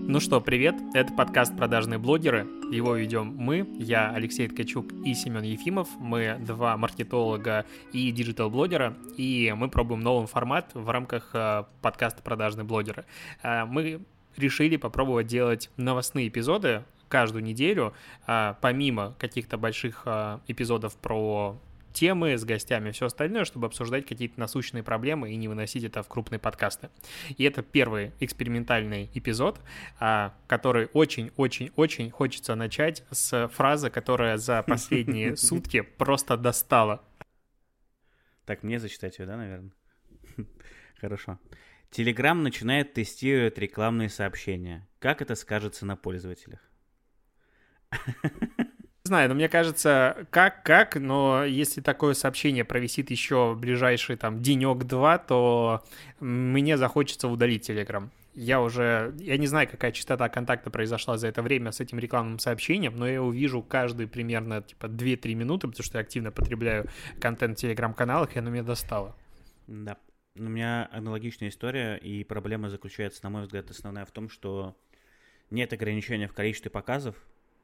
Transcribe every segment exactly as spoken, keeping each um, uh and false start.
Ну что, привет, это подкаст «Продажные блогеры». Его ведем мы, я, Алексей Ткачук и Семен Ефимов. Мы два маркетолога и диджитал-блогера, и мы пробуем новый формат в рамках подкаста «Продажные блогеры». Мы решили попробовать делать новостные эпизоды каждую неделю, помимо каких-то больших эпизодов про темы с гостями и все остальное, чтобы обсуждать какие-то насущные проблемы и не выносить это в крупные подкасты. И это первый экспериментальный эпизод, который очень-очень-очень хочется начать с фразы, которая за последние сутки просто достала. Так, мне зачитать ее, да, наверное? Хорошо. Telegram начинает тестировать рекламные сообщения. Как это скажется на пользователях? Не знаю, но мне кажется, как-как, но если такое сообщение провисит еще в ближайший там денек-два, то мне захочется удалить Telegram. Я уже, я не знаю, какая частота контакта произошла за это время с этим рекламным сообщением, но я его вижу каждые примерно типа две-три минуты, потому что я активно потребляю контент в Telegram-каналах, и оно меня достало. Да, у меня аналогичная история, и проблема заключается, на мой взгляд, основная в том, что нет ограничения в количестве показов,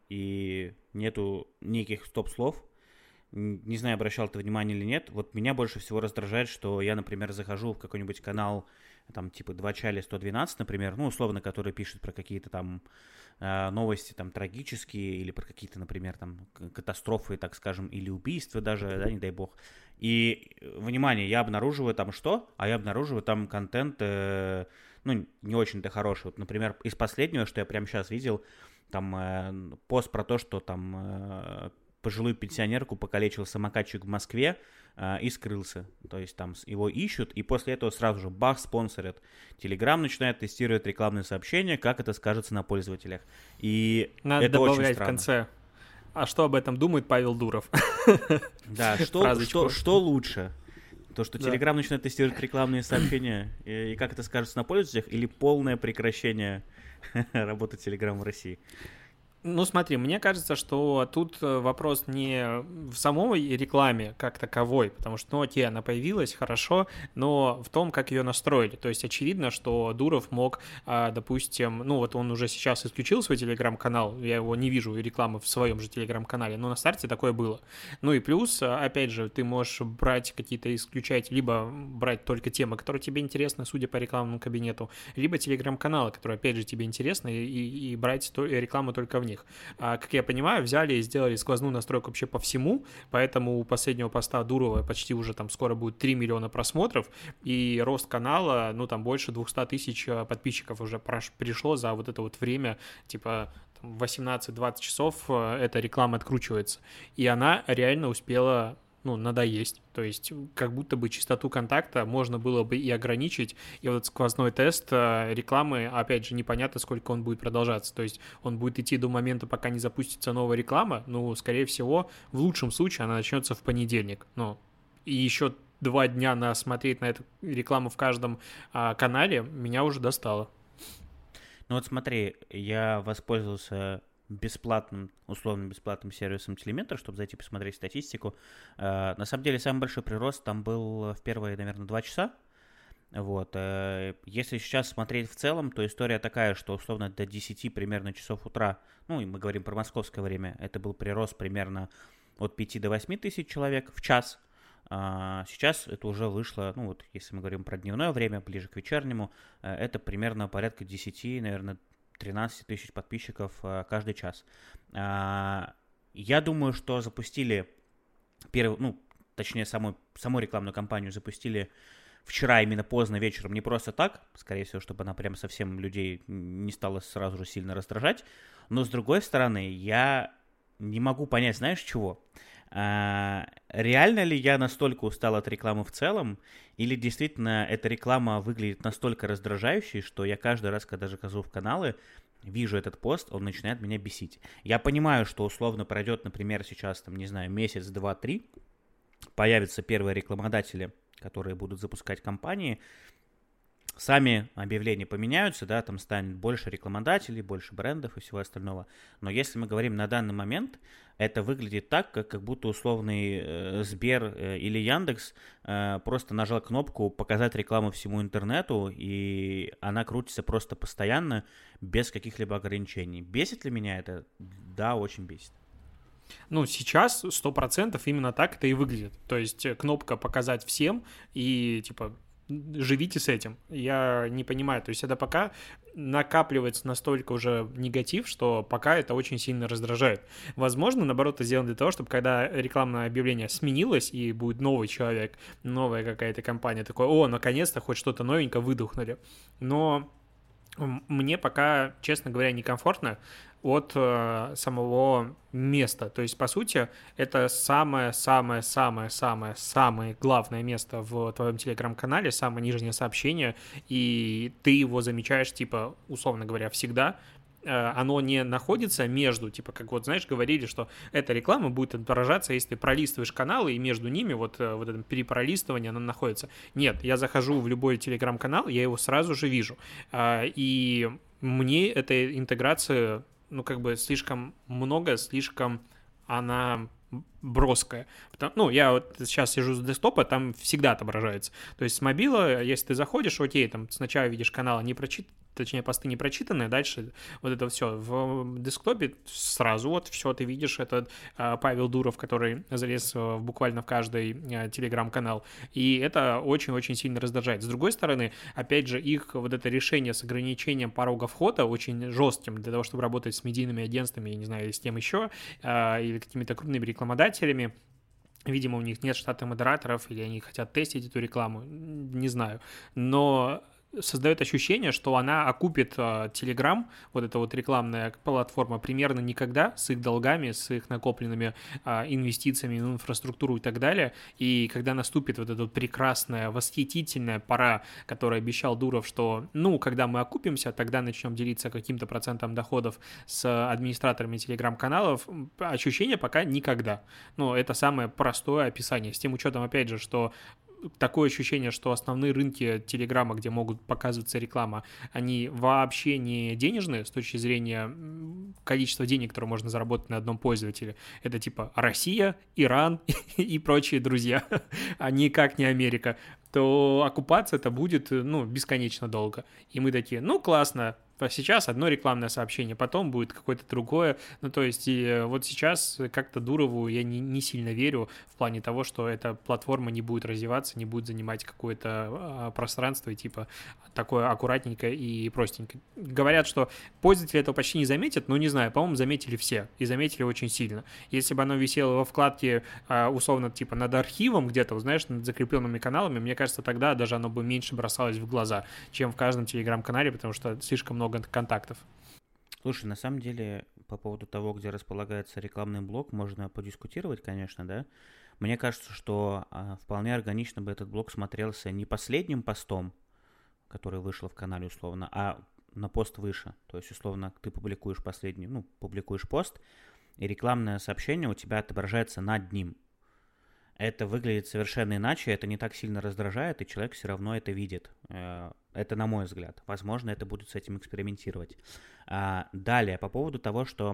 и нету неких стоп-слов. Не знаю, обращал ты внимание или нет. Вот меня больше всего раздражает, что я, например, захожу в какой-нибудь канал, там, типа два чали сто двенадцать, например, ну, условно, который пишет про какие-то там новости, там, трагические, или про какие-то, например, там, катастрофы, так скажем, или убийства даже, да, не дай бог. И, внимание, я обнаруживаю там что? А я обнаруживаю там контент, э, ну, не очень-то хороший. Вот, например, из последнего, что я прямо сейчас видел, там э, пост про то, что там э, пожилую пенсионерку покалечил самокатчик в Москве э, и скрылся. То есть там его ищут, и после этого сразу же бах, спонсорят. Telegram начинает тестировать рекламные сообщения, как это скажется на пользователях. И надо это очень добавлять странно. В конце. А что об этом думает Павел Дуров? Да, что, что, что лучше? То, что Telegram да. начинает тестировать рекламные сообщения, и, и как это скажется на пользователях, или полное прекращение работы Telegram в России? Ну, смотри, мне кажется, что тут вопрос не в самой рекламе как таковой, потому что, ну, окей, она появилась, хорошо, но в том, как ее настроили. То есть очевидно, что Дуров мог, допустим, ну, вот он уже сейчас исключил свой Telegram-канал, я его не вижу рекламы в своем же Telegram-канале, но на старте такое было. Ну и плюс, опять же, ты можешь брать какие-то, исключать, либо брать только темы, которые тебе интересны, судя по рекламному кабинету, либо Telegram-каналы, которые, опять же, тебе интересны, и, и брать рекламу только в них. А, как я понимаю, взяли и сделали сквозную настройку вообще по всему, поэтому у последнего поста Дурова почти уже там скоро будет три миллиона просмотров, и рост канала, ну там больше двести тысяч подписчиков уже пришло за вот это вот время, типа восемнадцать-двадцать часов эта реклама откручивается, и она реально успела ну, надоесть. То есть как будто бы частоту контакта можно было бы и ограничить, и вот сквозной тест рекламы, опять же, непонятно, сколько он будет продолжаться. То есть он будет идти до момента, пока не запустится новая реклама, ну, скорее всего, в лучшем случае она начнется в понедельник. Ну, и еще два дня на смотреть на эту рекламу в каждом а, канале меня уже достало. Ну вот смотри, я воспользовался бесплатным, условно бесплатным сервисом Телеметр, чтобы зайти посмотреть статистику. Uh, на самом деле, самый большой прирост там был в первые, наверное, два часа. Вот. Uh, если сейчас смотреть в целом, то история такая, что условно до десяти примерно часов утра, ну и мы говорим про московское время, это был прирост примерно от пяти до восьми тысяч человек в час. Uh, сейчас это уже вышло, ну вот если мы говорим про дневное время, ближе к вечернему, uh, это примерно порядка десяти, наверное, тринадцать тысяч подписчиков а, каждый час. А, я думаю, что запустили первую, ну, точнее, саму, саму рекламную кампанию запустили вчера именно поздно вечером, не просто так, скорее всего, чтобы она прям совсем людей не стала сразу же сильно раздражать. Но, с другой стороны, я не могу понять, знаешь, чего? А, реально ли я настолько устал от рекламы в целом, или действительно эта реклама выглядит настолько раздражающей, что я каждый раз, когда захожу в каналы, вижу этот пост, он начинает меня бесить. Я понимаю, что условно пройдет, например, сейчас, там, не знаю, месяц, два, три, появятся первые рекламодатели, которые будут запускать кампании сами объявления поменяются, да, там станет больше рекламодателей, больше брендов и всего остального. Но если мы говорим на данный момент, это выглядит так, как, как будто условный э, Сбер э, или Яндекс э, просто нажал кнопку «Показать рекламу всему интернету», и она крутится просто постоянно, без каких-либо ограничений. Бесит ли меня это? Да, очень бесит. Ну, сейчас сто процентов именно так это и выглядит. То есть кнопка «Показать всем» и, типа, живите с этим. Я не понимаю, то есть это пока накапливается настолько уже негатив, что пока это очень сильно раздражает. Возможно, наоборот, это сделано для того, чтобы когда рекламное объявление сменилось и будет новый человек, новая какая-то компания, такой, о, наконец-то хоть что-то новенькое выдохнули. Но мне пока, честно говоря, некомфортно от э, самого места. То есть, по сути, это самое-самое-самое-самое-самое главное место в твоем телеграм-канале, самое нижнее сообщение, и ты его замечаешь, типа, условно говоря, всегда. Э, оно не находится между, типа, как вот, знаешь, говорили, что эта реклама будет отображаться, если ты пролистываешь каналы, и между ними вот, э, вот это перепролистывание, оно находится. Нет, я захожу в любой телеграм-канал, я его сразу же вижу. Э, и мне эта интеграция, ну, как бы слишком много, слишком она броская. Потому, ну, я вот сейчас сижу с десктопа, там всегда отображается. То есть с мобила, если ты заходишь, окей, там сначала видишь канал не прочит, точнее, посты не прочитанные, дальше вот это все. В десктопе сразу вот все ты видишь. Это а, Павел Дуров, который залез в, буквально в каждый а, телеграм-канал. И это очень-очень сильно раздражает. С другой стороны, опять же, их вот это решение с ограничением порога входа очень жестким для того, чтобы работать с медийными агентствами, я не знаю, или с тем еще, а, или какими-то крупными рекламодателями. Видимо, у них нет штата модераторов, или они хотят тестить эту рекламу, не знаю. Но создает ощущение, что она окупит Telegram, вот эта вот рекламная платформа, примерно никогда с их долгами, с их накопленными а, инвестициями в инфраструктуру и так далее. И когда наступит вот эта вот прекрасная, восхитительная пора, которую обещал Дуров, что, ну, когда мы окупимся, тогда начнем делиться каким-то процентом доходов с администраторами Telegram-каналов, ощущение пока никогда. Ну, это самое простое описание. С тем учетом, опять же, что такое ощущение, что основные рынки Телеграма, где могут показываться реклама, они вообще не денежные с точки зрения количества денег, которые можно заработать на одном пользователе. Это типа Россия, Иран и прочие друзья, а никак не Америка. То окупаться это будет, ну, бесконечно долго. И мы такие, ну, классно, сейчас одно рекламное сообщение, потом будет какое-то другое. Ну, то есть, и вот сейчас как-то Дурову я не, не сильно верю в плане того, что эта платформа не будет развиваться, не будет занимать какое-то а, пространство, и типа такое аккуратненькое и простенькое. Говорят, что пользователи этого почти не заметят, но не знаю, по-моему, заметили все, и заметили очень сильно. Если бы оно висело во вкладке, а, условно, типа над архивом где-то, знаешь, над закрепленными каналами, мне кажется, тогда даже оно бы меньше бросалось в глаза, чем в каждом телеграм-канале, потому что слишком много контактов. Слушай, на самом деле, по поводу того, где располагается рекламный блок, можно подискутировать, конечно, да. Мне кажется, что а, вполне органично бы этот блок смотрелся не последним постом, который вышел в канале условно, а на пост выше. То есть, условно, ты публикуешь последний, ну, публикуешь пост, и рекламное сообщение у тебя отображается над ним. Это выглядит совершенно иначе, это не так сильно раздражает, и человек все равно это видит. Это на мой взгляд. Возможно, это будет с этим экспериментировать. Далее, по поводу того, что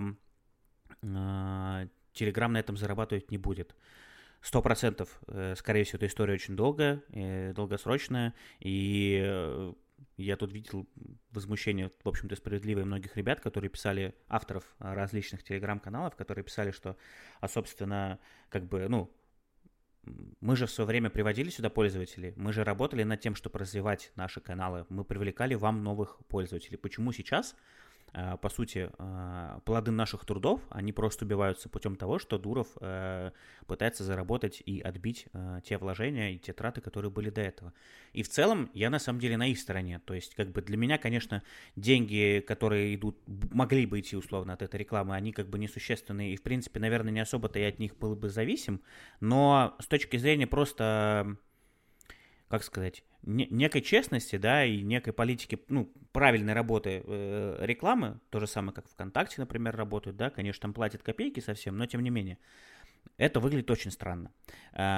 Telegram на этом зарабатывать не будет. Сто процентов, скорее всего, эта история очень долгая, долгосрочная, и я тут видел возмущение, в общем-то, справедливое многих ребят, которые писали, авторов различных телеграм-каналов, которые писали, что, а, собственно, как бы, ну, мы же в свое время приводили сюда пользователей, мы же работали над тем, чтобы развивать наши каналы, мы привлекали вам новых пользователей. Почему сейчас, по сути, плоды наших трудов, они просто убиваются путем того, что Дуров пытается заработать и отбить те вложения и те траты, которые были до этого. И в целом я на самом деле на их стороне. То есть как бы для меня, конечно, деньги, которые идут, могли бы идти условно от этой рекламы, они как бы несущественные. И в принципе, наверное, не особо-то я от них был бы зависим. Но с точки зрения просто, как сказать, некой честности, да, и некой политики, ну, правильной работы э, рекламы, то же самое, как ВКонтакте, например, работают, да, конечно, там платят копейки совсем, но тем не менее, это выглядит очень странно. А,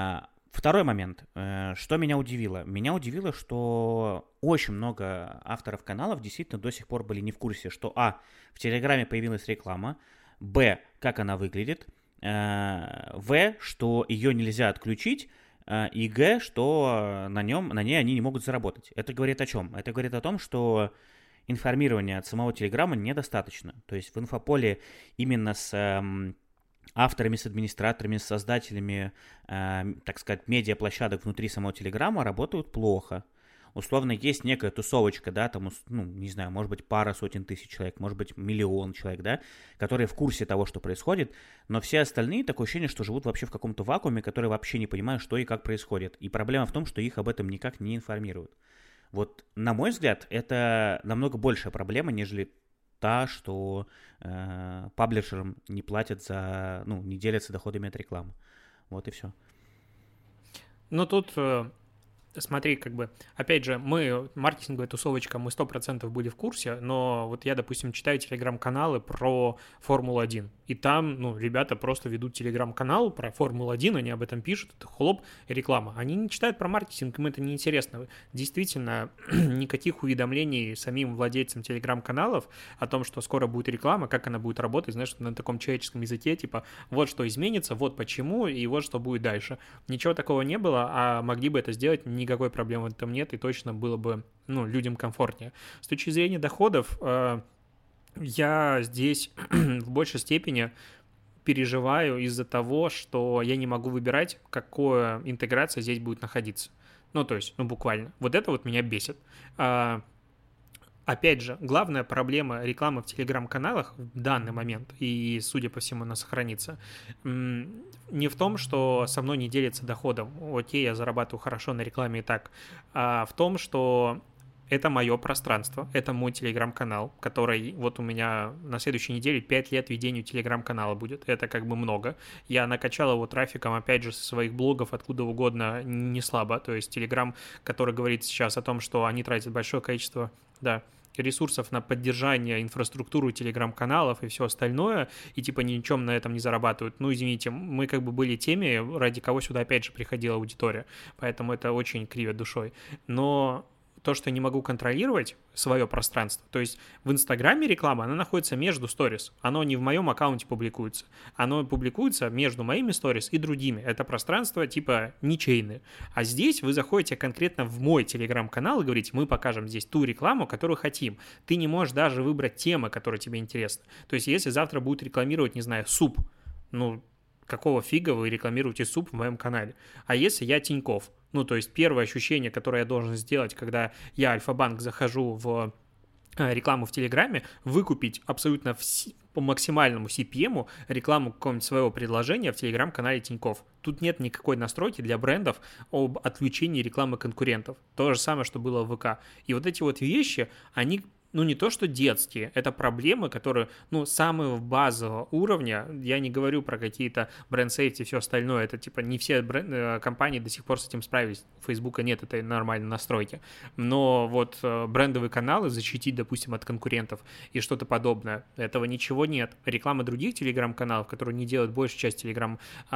Второй момент. Э, Что меня удивило? Меня удивило, что очень много авторов каналов действительно до сих пор были не в курсе, что а. в Телеграме появилась реклама, б. как она выглядит, э, в. что ее нельзя отключить, э, и г. что на нем, на ней они не могут заработать. Это говорит о чем? Это говорит о том, что информирования от самого Телеграма недостаточно. То есть в инфополе именно с эм, авторами, с администраторами, с создателями, э, так сказать, медиаплощадок внутри самого Телеграма работают плохо. Условно, есть некая тусовочка, да, там, ну, не знаю, может быть, пара сотен тысяч человек, может быть, миллион человек, да, которые в курсе того, что происходит, но все остальные, такое ощущение, что живут вообще в каком-то вакууме, которые вообще не понимают, что и как происходит. И проблема в том, что их об этом никак не информируют. Вот, на мой взгляд, это намного большая проблема, нежели та, что э, паблишерам не платят за, ну, не делятся доходами от рекламы. Вот и все. Ну, тут, э, смотри, как бы, опять же, мы, маркетинговая тусовочка, мы сто процентов были в курсе, но вот я, допустим, читаю телеграм-каналы про Формулу один, и там, ну, ребята просто ведут телеграм-канал про Формулу один, они об этом пишут, это хлоп, реклама. Они не читают про маркетинг, им это неинтересно. Действительно, никаких уведомлений самим владельцам телеграм-каналов о том, что скоро будет реклама, как она будет работать, знаешь, на таком человеческом языке, типа, вот что изменится, вот почему, и вот что будет дальше. Ничего такого не было, а могли бы это сделать, никакой проблемы в этом нет, и точно было бы, ну, людям комфортнее. С точки зрения доходов, э, я здесь в большей степени переживаю из-за того, что я не могу выбирать, какая интеграция здесь будет находиться. Ну, то есть, ну, буквально. Вот это вот меня бесит. А, опять же, главная проблема рекламы в телеграм-каналах в данный момент, и, судя по всему, она сохранится, не в том, что со мной не делится доходом. Окей, я зарабатываю хорошо на рекламе и так. А в том, что это мое пространство, это мой телеграм-канал, который вот у меня на следующей неделе пять лет ведению телеграм-канала будет. Это как бы много. Я накачал его трафиком, опять же, со своих блогов, откуда угодно, не слабо. То есть телеграм, который говорит сейчас о том, что они тратят большое количество, да, ресурсов на поддержание инфраструктуры телеграм-каналов и все остальное, и типа ничем на этом не зарабатывают. Ну, извините, мы как бы были теми, ради кого сюда опять же приходила аудитория, поэтому это очень кривит душой. Но то, что я не могу контролировать свое пространство, то есть в Инстаграме реклама, она находится между сторис, оно не в моем аккаунте публикуется, оно публикуется между моими сторис и другими, это пространство типа ничейное, а здесь вы заходите конкретно в мой телеграм-канал и говорите, мы покажем здесь ту рекламу, которую хотим, ты не можешь даже выбрать темы, которые тебе интересны, то есть если завтра будут рекламировать, не знаю, суп, ну, какого фига вы рекламируете суп в моем канале, а если я Тинькофф? Ну, то есть первое ощущение, которое я должен сделать, когда я, Альфа-банк, захожу в рекламу в Телеграме, выкупить абсолютно в, по максимальному си пи эм рекламу какого-нибудь своего предложения в Телеграм-канале Тинькофф. Тут нет никакой настройки для брендов об отключении рекламы конкурентов. То же самое, что было в ВК. И вот эти вот вещи, они... ну, не то, что детские, это проблемы, которые, ну, самого базового уровня, я не говорю про какие-то бренд-сейфти и все остальное, это, типа, не все бренд, компании до сих пор с этим справились, у Фейсбука нет этой нормальной настройки, но вот брендовые каналы защитить, допустим, от конкурентов и что-то подобное, этого ничего нет. Реклама других телеграм-каналов, которые не делают большую часть телеграм,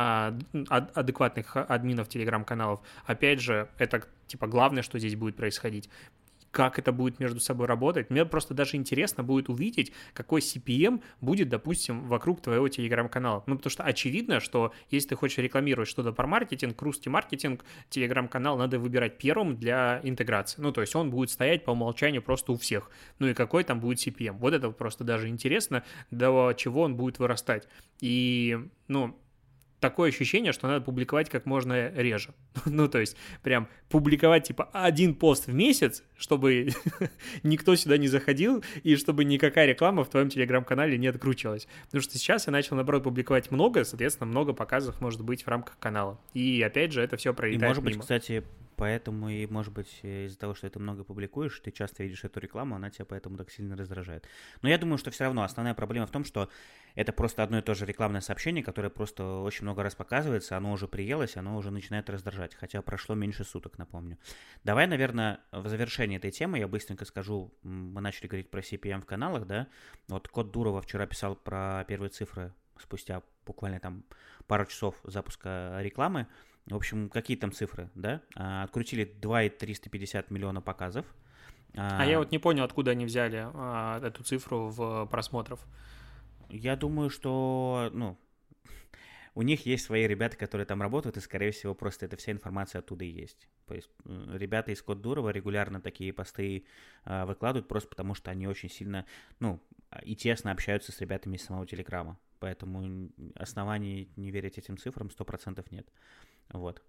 адекватных админов телеграм-каналов, опять же, это, типа, главное, что здесь будет происходить. Как это будет между собой работать. Мне просто даже интересно будет увидеть, какой си пи эм будет, допустим, вокруг твоего телеграм-канала. Ну, потому что очевидно, что если ты хочешь рекламировать что-то про маркетинг, русский маркетинг, телеграм-канал надо выбирать первым для интеграции. Ну, то есть он будет стоять по умолчанию просто у всех. Ну, и какой там будет си пи эм. Вот это просто даже интересно, до чего он будет вырастать. И, ну... такое ощущение, что надо публиковать как можно реже. Ну, то есть, прям публиковать, типа, один пост в месяц, чтобы никто сюда не заходил, и чтобы никакая реклама в твоем телеграм-канале не откручивалась. Потому что сейчас я начал, наоборот, публиковать много, соответственно, много показов может быть в рамках канала. И, опять же, это все пролетает мимо. И, может быть, кстати, поэтому и, может быть, из-за того, что ты много публикуешь, ты часто видишь эту рекламу, она тебя поэтому так сильно раздражает. Но я думаю, что все равно основная проблема в том, что это просто одно и то же рекламное сообщение, которое просто очень много раз показывается, оно уже приелось, оно уже начинает раздражать, хотя прошло меньше суток, напомню. Давай, наверное, в завершении этой темы я быстренько скажу, мы начали говорить про си пи эм в каналах, да, вот Кот Дурова вчера писал про первые цифры спустя буквально там пару часов запуска рекламы, В общем, какие там цифры, да? А, открутили два и триста пятьдесят миллиона показов. А, а я вот не понял, откуда они взяли а, эту цифру в просмотров. Я думаю, что, ну, у них есть свои ребята, которые там работают, и, скорее всего, просто эта вся информация оттуда и есть. То есть ребята из Код Дурова регулярно такие посты а, выкладывают, просто потому что они очень сильно, ну, и тесно общаются с ребятами из самого Телеграма. Поэтому оснований не верить этим цифрам сто процентов нет. Вот.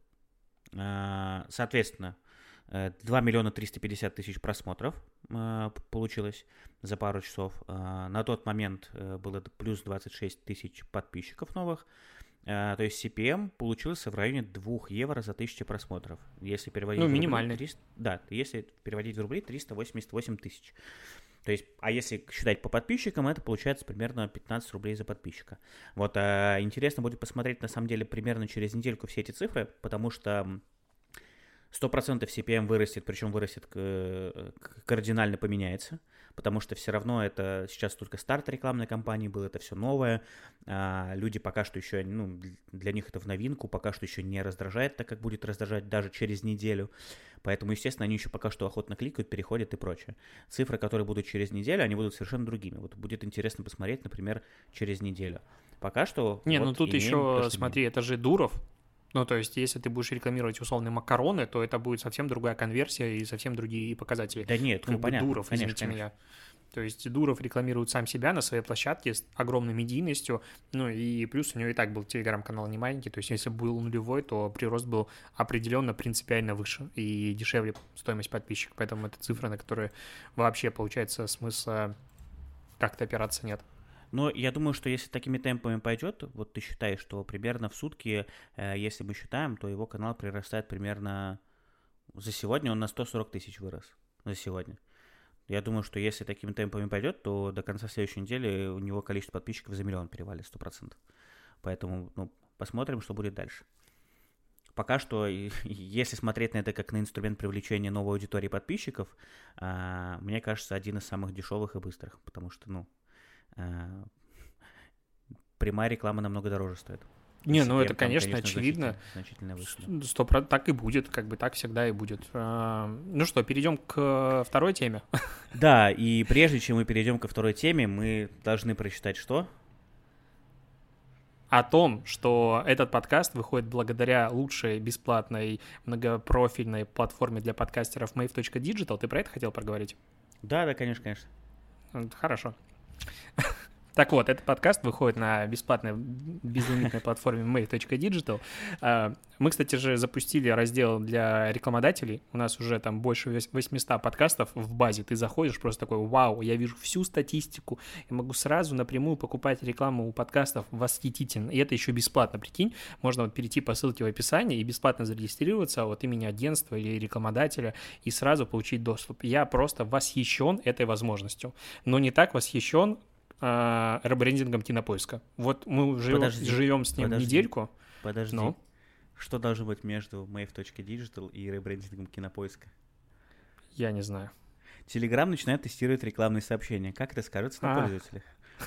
А, соответственно, два миллиона триста пятьдесят тысяч просмотров э, получилось за пару часов. Э, на тот момент э, было плюс двадцать шесть тысяч подписчиков новых. Э, то есть си пи эм получился в районе два евро за тысячу просмотров. Если переводить ну, в рубли, минимальный. триста, да, если переводить в рубли, триста восемьдесят восемь тысяч. То есть, а если считать по подписчикам, это получается примерно пятнадцать рублей за подписчика. Вот, э, интересно будет посмотреть, на самом деле, примерно через недельку все эти цифры, потому что сто процентов си пи эм вырастет, причем вырастет кардинально поменяется, потому что все равно это сейчас только старт рекламной кампании был, это все новое, а люди пока что еще, ну, для них это в новинку, пока что еще не раздражает, так как будет раздражать даже через неделю, поэтому, естественно, они еще пока что охотно кликают, переходят и прочее. Цифры, которые будут через неделю, они будут совершенно другими. Вот будет интересно посмотреть, например, через неделю. Пока что... Не, вот ну тут еще, то, смотри, имеем. Это же Дуров. Ну, то есть, если ты будешь рекламировать условные макароны, то это будет совсем другая конверсия и совсем другие показатели. Да нет, ну, понятно. Дуров, конечно, извините конечно. меня. То есть Дуров рекламирует сам себя на своей площадке с огромной медийностью, ну и плюс у него и так был телеграм-канал не маленький, то есть если бы был нулевой, то прирост был определенно принципиально выше и дешевле стоимость подписчиков, поэтому это цифра, на которую вообще, получается, смысла как-то опираться нет. Но я думаю, что если такими темпами пойдет, вот ты считаешь, что примерно в сутки, э, если мы считаем, то его канал прирастает примерно... За сегодня он на сто сорок тысяч вырос. За сегодня. Я думаю, что если такими темпами пойдет, то до конца следующей недели у него количество подписчиков за миллион перевалит, сто процентов. Поэтому, ну, посмотрим, что будет дальше. Пока что, если смотреть на это как на инструмент привлечения новой аудитории подписчиков, э, мне кажется, один из самых дешевых и быстрых, потому что, ну, прямая реклама намного дороже стоит. Не, ну это, конечно, конечно очевидно. Значительно, значительно выше. сто процентов так и будет, как бы так всегда и будет. Ну что, перейдем к второй теме. Да, и прежде чем мы перейдем ко второй теме, мы должны прочитать что? О том, что этот подкаст выходит благодаря лучшей бесплатной многопрофильной платформе для подкастеров мейв точка диджитал. Ты про это хотел проговорить? Да, да, конечно, конечно. Хорошо. Так вот, этот подкаст выходит на бесплатной безлимитной платформе мейв точка диджитал. Мы, кстати же, запустили раздел для рекламодателей. У нас уже там больше восемьсот подкастов в базе. Ты заходишь, просто такой: вау, я вижу всю статистику. Я могу сразу напрямую покупать рекламу у подкастов. Восхитительно. И это еще бесплатно, прикинь. Можно вот перейти по ссылке в описании и бесплатно зарегистрироваться от имени агентства или рекламодателя и сразу получить доступ. Я просто восхищен этой возможностью. Но не так восхищен ребрендингом Кинопоиска. Вот мы живем, подожди, живем с ним подожди, недельку. Подожди. Но... Что должно быть между мейв точка диджитал и ребрендингом Кинопоиска? Я не знаю. Телеграм начинает тестировать рекламные сообщения. Как это скажется на пользователях?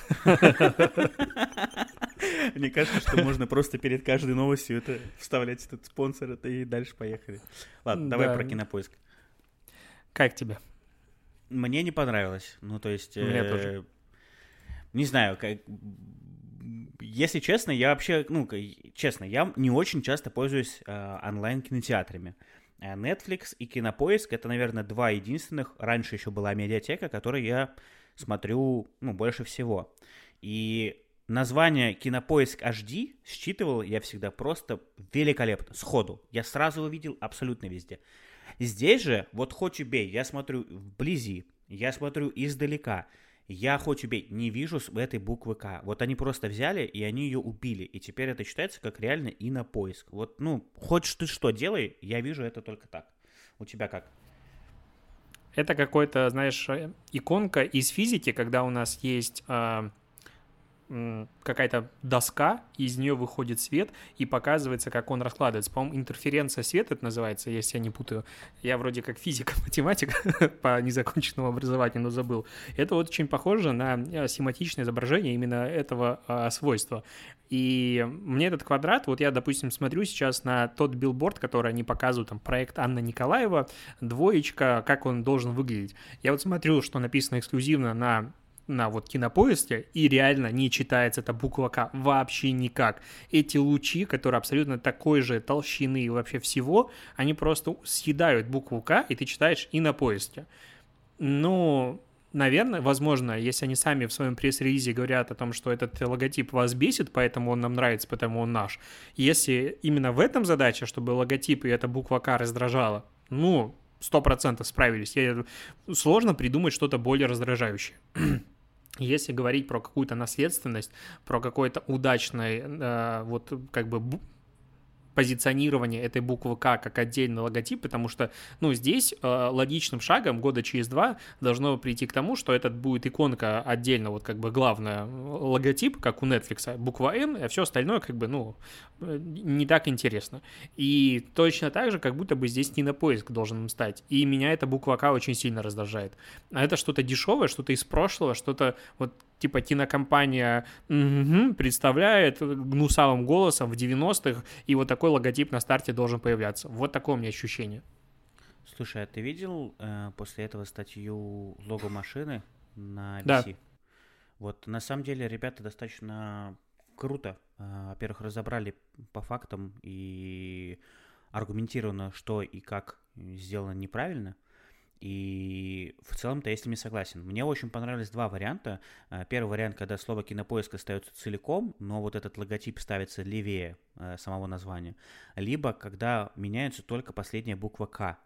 Мне кажется, что можно просто перед каждой новостью это вставлять этот спонсор, это и дальше поехали. Ладно, давай про Кинопоиск. Как тебе? Мне не понравилось. Ну, то есть... Мне тоже. Не знаю, как... Если честно, я вообще, ну, честно, я не очень часто пользуюсь э, онлайн-кинотеатрами. Netflix и Кинопоиск — это, наверное, два единственных, раньше еще была медиатека, которые я смотрю, ну, больше всего. И название Кинопоиск эйч ди считывал я всегда просто великолепно, сходу. Я сразу увидел абсолютно везде. Здесь же, вот хоть убей, я смотрю вблизи, я смотрю издалека. Я хоть убей, не вижу этой буквы К. Вот они просто взяли, и они ее убили. И теперь это считается как реально Инопоиск. Вот, ну, хоть ты что делай, я вижу это только так. У тебя как? Это какой-то, знаешь, иконка из физики, когда у нас есть э, какая-то доска, из нее выходит свет и показывается, как он раскладывается. По-моему, интерференция света это называется, если я не путаю. Я вроде как физик, математик по незаконченному образованию, но забыл. Это вот очень похоже на семантичное изображение именно этого а, свойства. И мне этот квадрат, вот я, допустим, смотрю сейчас на тот билборд, который они показывают, там, проект Анна Николаева, двоечка, как он должен выглядеть. Я вот смотрю, что написано эксклюзивно на на вот Кинопоиске, и реально не читается эта буква К вообще никак. Эти лучи, которые абсолютно такой же толщины и вообще всего, они просто съедают букву К, и ты читаешь и на поиске. Ну, наверное, возможно, если они сами в своем пресс-релизе говорят о том, что этот логотип вас бесит, поэтому он нам нравится, потому он наш. Если именно в этом задача, чтобы логотип и эта буква К раздражала, ну, сто процентов справились. Я... Сложно придумать что-то более раздражающее. Если говорить про какую-то наследственность, про какое-то удачное, э, вот как бы бу- позиционирование этой буквы К как отдельный логотип, потому что, ну, здесь э, логичным шагом года через два должно прийти к тому, что этот будет иконка отдельно, вот как бы главная логотип, как у Netflix, буква Н, а все остальное как бы, ну, не так интересно. И точно так же, как будто бы здесь Кинопоиск должен им стать. И меня эта буква К очень сильно раздражает. А это что-то дешевое, что-то из прошлого, что-то вот типа кинокомпания угу, представляет гнусавым голосом в девяностых, и вот такой логотип на старте должен появляться. Вот такое у меня ощущение. Слушай, а ты видел э, после этого статью лого машины на Да. ви си? Вот на самом деле ребята достаточно круто, э, во-первых, разобрали по фактам и аргументированно, что и как сделано неправильно. И в целом-то я с ними согласен. Мне очень понравились два варианта. Первый вариант, когда слово «Кинопоиск» остается целиком, но вот этот логотип ставится левее э, самого названия. Либо когда меняется только последняя буква «К».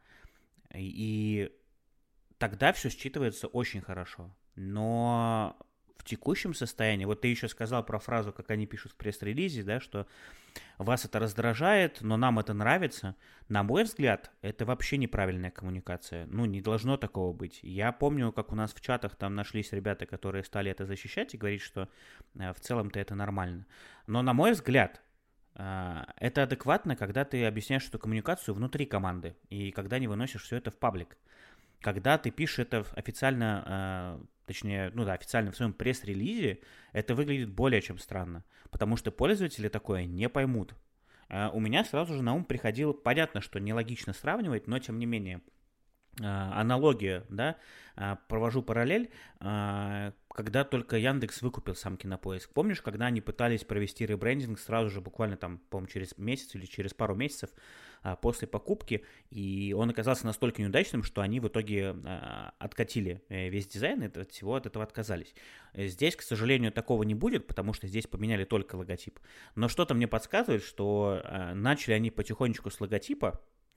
И тогда все считывается очень хорошо. Но в текущем состоянии, вот ты еще сказал про фразу, как они пишут в пресс-релизе, да, что вас это раздражает, но нам это нравится. На мой взгляд, это вообще неправильная коммуникация. Ну, не должно такого быть. Я помню, как у нас в чатах там нашлись ребята, которые стали это защищать и говорить, что э, в целом-то это нормально. Но на мой взгляд, э, это адекватно, когда ты объясняешь эту коммуникацию внутри команды и когда не выносишь все это в паблик. Когда ты пишешь это официально, э, точнее, ну да, официально в своем пресс-релизе, это выглядит более чем странно, потому что пользователи такое не поймут. Э, у меня сразу же на ум приходило, понятно, что нелогично сравнивать, но тем не менее, э, аналогия, да, э, провожу параллель, э, когда только Яндекс выкупил сам Кинопоиск. Помнишь, когда они пытались провести ребрендинг сразу же, буквально там, по-моему, через месяц или через пару месяцев, после покупки, и он оказался настолько неудачным, что они в итоге откатили весь дизайн и от всего от этого отказались. Здесь, к сожалению, такого не будет, потому что здесь поменяли только логотип. Но что-то мне подсказывает, что начали они потихонечку с логотипа,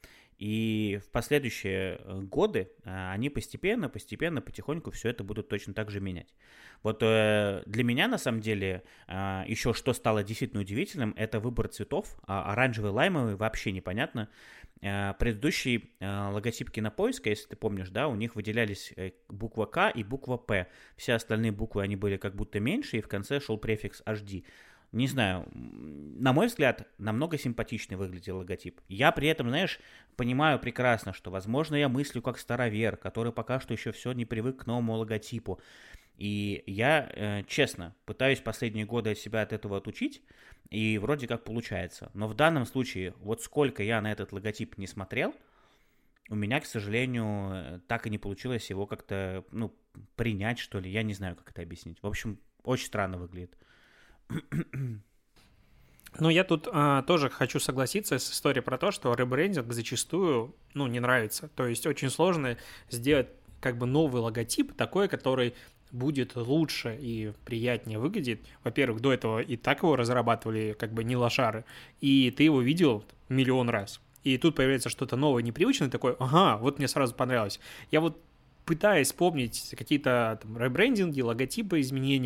и в последующие годы они постепенно, постепенно, потихоньку все это будут точно так же менять. Вот для меня, на самом деле, еще что стало действительно удивительным, это выбор цветов. Оранжевый, лаймовый вообще непонятно. Предыдущий логотип Кинопоиска, если ты помнишь, да, у них выделялись буква К и буква П. Все остальные буквы, они были как будто меньше, и в конце шел префикс эйч ди. Не знаю, на мой взгляд, намного симпатичнее выглядел логотип. Я при этом, знаешь, понимаю прекрасно, что, возможно, я мыслю как старовер, который пока что еще все не привык к новому логотипу. И я, э, честно, пытаюсь последние годы себя от этого отучить, и вроде как получается. Но в данном случае, вот сколько я на этот логотип не смотрел, у меня, к сожалению, так и не получилось его как-то, ну, принять, что ли. Я не знаю, как это объяснить. В общем, очень странно выглядит. Ну, я тут а, тоже хочу согласиться с историей про то, что ребрендинг зачастую, ну, не нравится. То есть очень сложно сделать как бы новый логотип, такой, который будет лучше и приятнее выглядеть. Во-первых, до этого и так его разрабатывали как бы не лошары, и ты его видел миллион раз. И тут появляется что-то новое, непривычное, такое, ага, вот мне сразу понравилось. Я вот пытаясь вспомнить какие-то там ребрендинги, логотипы, изменения,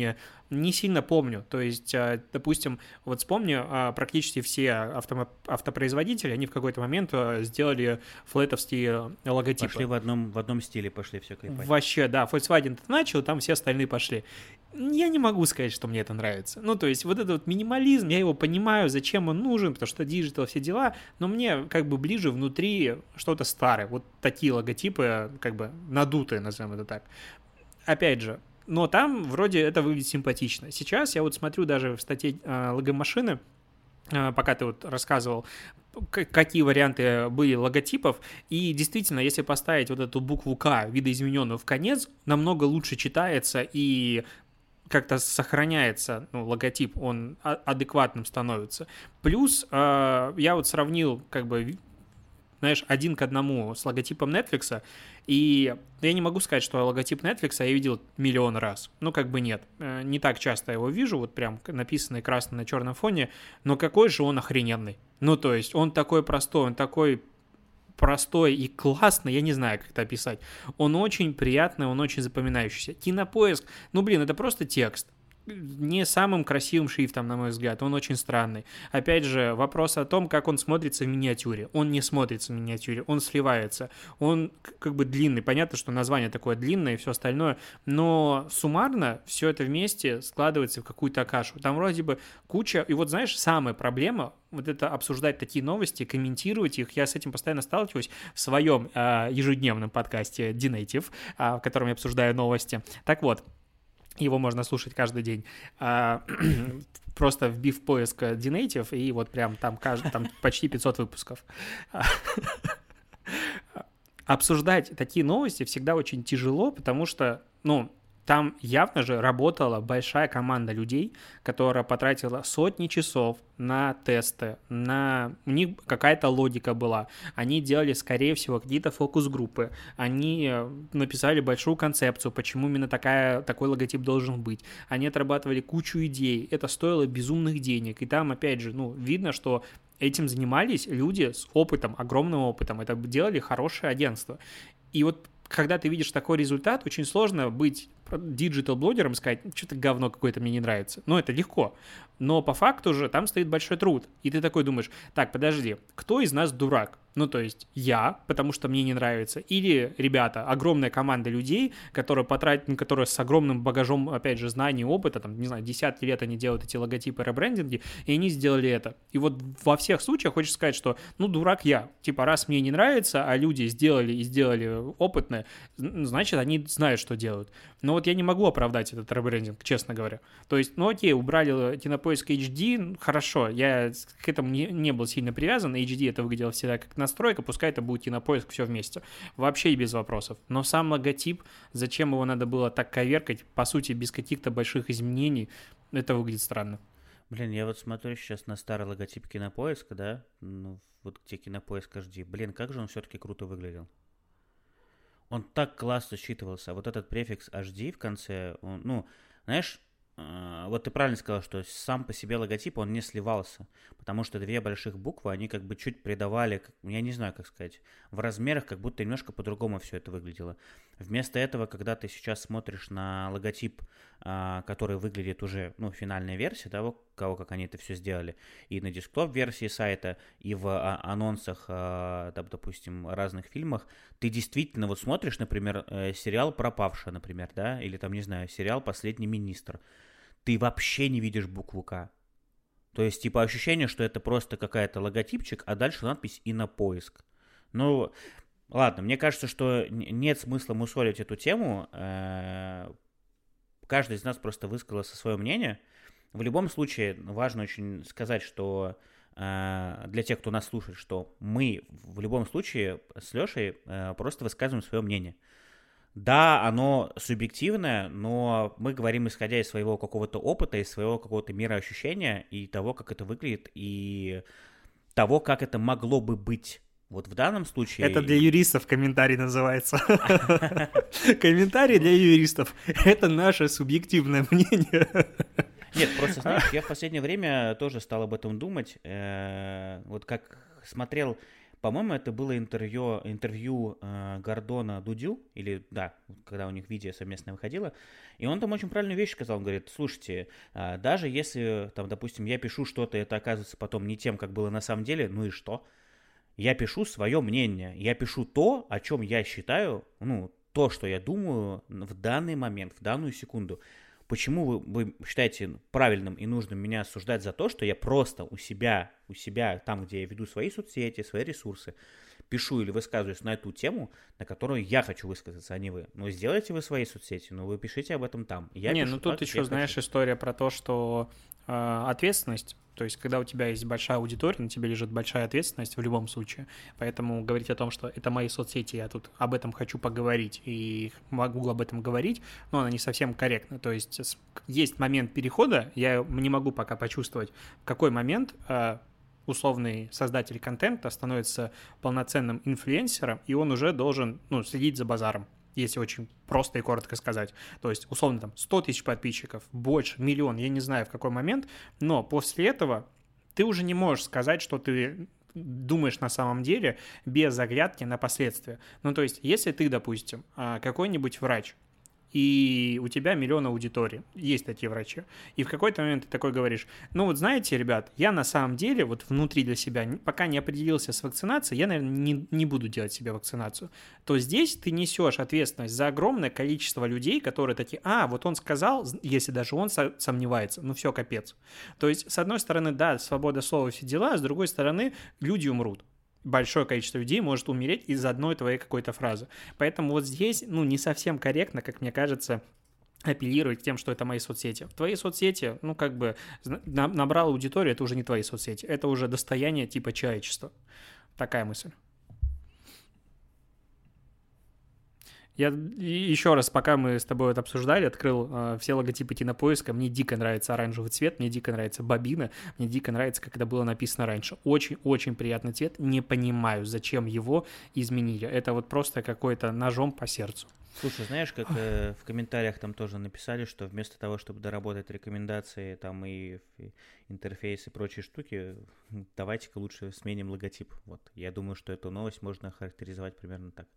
не сильно помню. То есть, допустим, вот вспомню, практически все авто, автопроизводители, они в какой-то момент сделали флетовские логотипы. Пошли в одном, в одном стиле, пошли все клепать. Вообще, да, Volkswagen начал, там все остальные пошли. Я не могу сказать, что мне это нравится. Ну, то есть, вот этот вот минимализм, я его понимаю, зачем он нужен, потому что диджитал, все дела, но мне как бы ближе внутри что-то старое. Вот такие логотипы, как бы надутые, назовем это так. Опять же, но там вроде это выглядит симпатично. Сейчас я вот смотрю даже в статье э, логомашины, э, пока ты вот рассказывал, какие варианты были логотипов, и действительно, если поставить вот эту букву К, видоизмененную в конец, намного лучше читается и как-то сохраняется, ну, логотип, он адекватным становится. Плюс э, я вот сравнил, как бы, знаешь, один к одному с логотипом Netflix, и я не могу сказать, что логотип Netflix я видел миллион раз. Ну, как бы нет. Не так часто его вижу, вот прям написанный красным на черном фоне, но какой же он охрененный. Ну, то есть он такой простой, он такой простой и классный, я не знаю, как это описать. Он очень приятный, он очень запоминающийся. Кинопоиск, ну, блин, это просто текст. Не самым красивым шрифтом, на мой взгляд, он очень странный. Опять же, вопрос о том, как он смотрится в миниатюре. Он не смотрится в миниатюре, он сливается. Он как бы длинный. Понятно, что название такое длинное и все остальное, но суммарно все это вместе складывается в какую-то кашу. Там вроде бы куча... И вот знаешь, самая проблема, вот это обсуждать такие новости, комментировать их, я с этим постоянно сталкиваюсь в своем э, ежедневном подкасте D-Native, э, в котором я обсуждаю новости. Так вот, его можно слушать каждый день. А, просто вбив поиск D-Native, и вот прям там, каждый, там почти пятьсот выпусков. Обсуждать такие новости всегда очень тяжело, потому что, ну, там явно же работала большая команда людей, которая потратила сотни часов на тесты, на... у них какая-то логика была. Они делали, скорее всего, какие-то фокус-группы. Они написали большую концепцию, почему именно такая, такой логотип должен быть. Они отрабатывали кучу идей. Это стоило безумных денег. И там, опять же, ну, видно, что этим занимались люди с опытом, огромным опытом. Это делали хорошее агентство. И вот когда ты видишь такой результат, очень сложно быть диджитал-блогером и сказать, что-то говно какое-то мне не нравится. Ну, это легко. Но по факту же там стоит большой труд. И ты такой думаешь, так, подожди, кто из нас дурак? Ну, то есть я, потому что мне не нравится, или ребята, огромная команда людей, которые потратили, которые с огромным багажом, опять же, знаний, опыта, там, не знаю, десятки лет они делают эти логотипы, ребрендинги, и они сделали это. И вот во всех случаях хочется сказать, что, ну, дурак я. Типа, раз мне не нравится, а люди сделали и сделали опытное, значит, они знают, что делают. Но вот я не могу оправдать этот ребрендинг, честно говоря. То есть, ну, окей, убрали Кинопоиск эйч ди, хорошо, я к этому не, не был сильно привязан, эйч ди это выглядело всегда как настройка, пускай это будет Кинопоиск, все вместе. Вообще и без вопросов. Но сам логотип, зачем его надо было так коверкать, по сути, без каких-то больших изменений, это выглядит странно. Блин, я вот смотрю сейчас на старый логотип Кинопоиска, да, ну, вот где Кинопоиск эйч ди, блин, как же он все-таки круто выглядел. Он так классно считывался. Вот этот префикс эйч ди в конце, он, ну, знаешь, вот ты правильно сказал, что сам по себе логотип, он не сливался, потому что две больших буквы, они как бы чуть придавали, я не знаю, как сказать, в размерах как будто немножко по-другому все это выглядело. Вместо этого, когда ты сейчас смотришь на логотип, который выглядит уже, ну, финальная версия того, кого, как они это все сделали, и на десктоп-версии сайта, и в анонсах, там, допустим, разных фильмах, ты действительно вот смотришь, например, сериал «Пропавшая», например, да, или там, не знаю, сериал «Последний министр», ты вообще не видишь букву «К». То есть, типа, ощущение, что это просто какая-то логотипчик, а дальше надпись «И на поиск». Ну, ладно, мне кажется, что нет смысла мусолить эту тему. Каждый из нас просто высказался свое мнение. В любом случае, важно очень сказать, что для тех, кто нас слушает, что мы в любом случае с Лешей просто высказываем свое мнение. Да, оно субъективное, но мы говорим, исходя из своего какого-то опыта, из своего какого-то мироощущения и того, как это выглядит, и того, как это могло бы быть. Вот в данном случае... Это для юристов комментарий называется. Комментарий для юристов. Это наше субъективное мнение. Нет, просто, знаешь, я в последнее время тоже стал об этом думать. Вот как смотрел... По-моему, это было интервью, интервью э, Гордона Дудю, или, да, когда у них видео совместно выходило, и он там очень правильную вещь сказал, он говорит, слушайте, э, даже если, там, допустим, я пишу что-то, и это оказывается потом не тем, как было на самом деле, ну и что? Я пишу свое мнение, я пишу то, о чем я считаю, ну, то, что я думаю в данный момент, в данную секунду. Почему вы, вы считаете правильным и нужным меня осуждать за то, что я просто у себя, у себя, там, где я веду свои соцсети, свои ресурсы, пишу или высказываюсь на эту тему, на которую я хочу высказаться, а не вы. Ну, сделайте вы свои соцсети, но вы пишите об этом там. Я не, пишу ну тут так, еще, знаешь, хочу. история про то, что э, ответственность, то есть когда у тебя есть большая аудитория, на тебе лежит большая ответственность в любом случае. Поэтому говорить о том, что это мои соцсети, я тут об этом хочу поговорить и могу об этом говорить, но она не совсем корректна. То есть есть момент перехода, я не могу пока почувствовать, в какой момент э, условный создатель контента становится полноценным инфлюенсером, и он уже должен, ну, следить за базаром, если очень просто и коротко сказать. То есть, условно, там, сто тысяч подписчиков, больше, миллион, я не знаю, в какой момент, но после этого ты уже не можешь сказать, что ты думаешь на самом деле без оглядки на последствия. Ну, то есть, если ты, допустим, какой-нибудь врач, и у тебя миллион аудиторий, есть такие врачи, и в какой-то момент ты такой говоришь, ну вот знаете, ребят, я на самом деле вот внутри для себя, пока не определился с вакцинацией, я, наверное, не, не буду делать себе вакцинацию, то здесь ты несешь ответственность за огромное количество людей, которые такие, а, вот он сказал, если даже он сомневается, ну все, капец. То есть, с одной стороны, да, свобода слова, все дела, а с другой стороны, люди умрут. Большое количество людей может умереть из-за одной твоей какой-то фразы. Поэтому вот здесь, ну, не совсем корректно, как мне кажется, апеллировать к тем, что это мои соцсети. Твои соцсети, ну, как бы, набрал аудиторию, это уже не твои соцсети, это уже достояние типа человечества. Такая мысль. Я еще раз, пока мы с тобой это обсуждали, открыл э, все логотипы Кинопоиска. Мне дико нравится оранжевый цвет, мне дико нравится бобина, мне дико нравится, как это было написано раньше. Очень-очень приятный цвет. Не понимаю, зачем его изменили. Это вот просто какой-то ножом по сердцу. Слушай, знаешь, как э, в комментариях там тоже написали, что вместо того, чтобы доработать рекомендации там и, и интерфейс и прочие штуки, давайте-ка лучше сменим логотип. Вот. Я думаю, что эту новость можно охарактеризовать примерно так.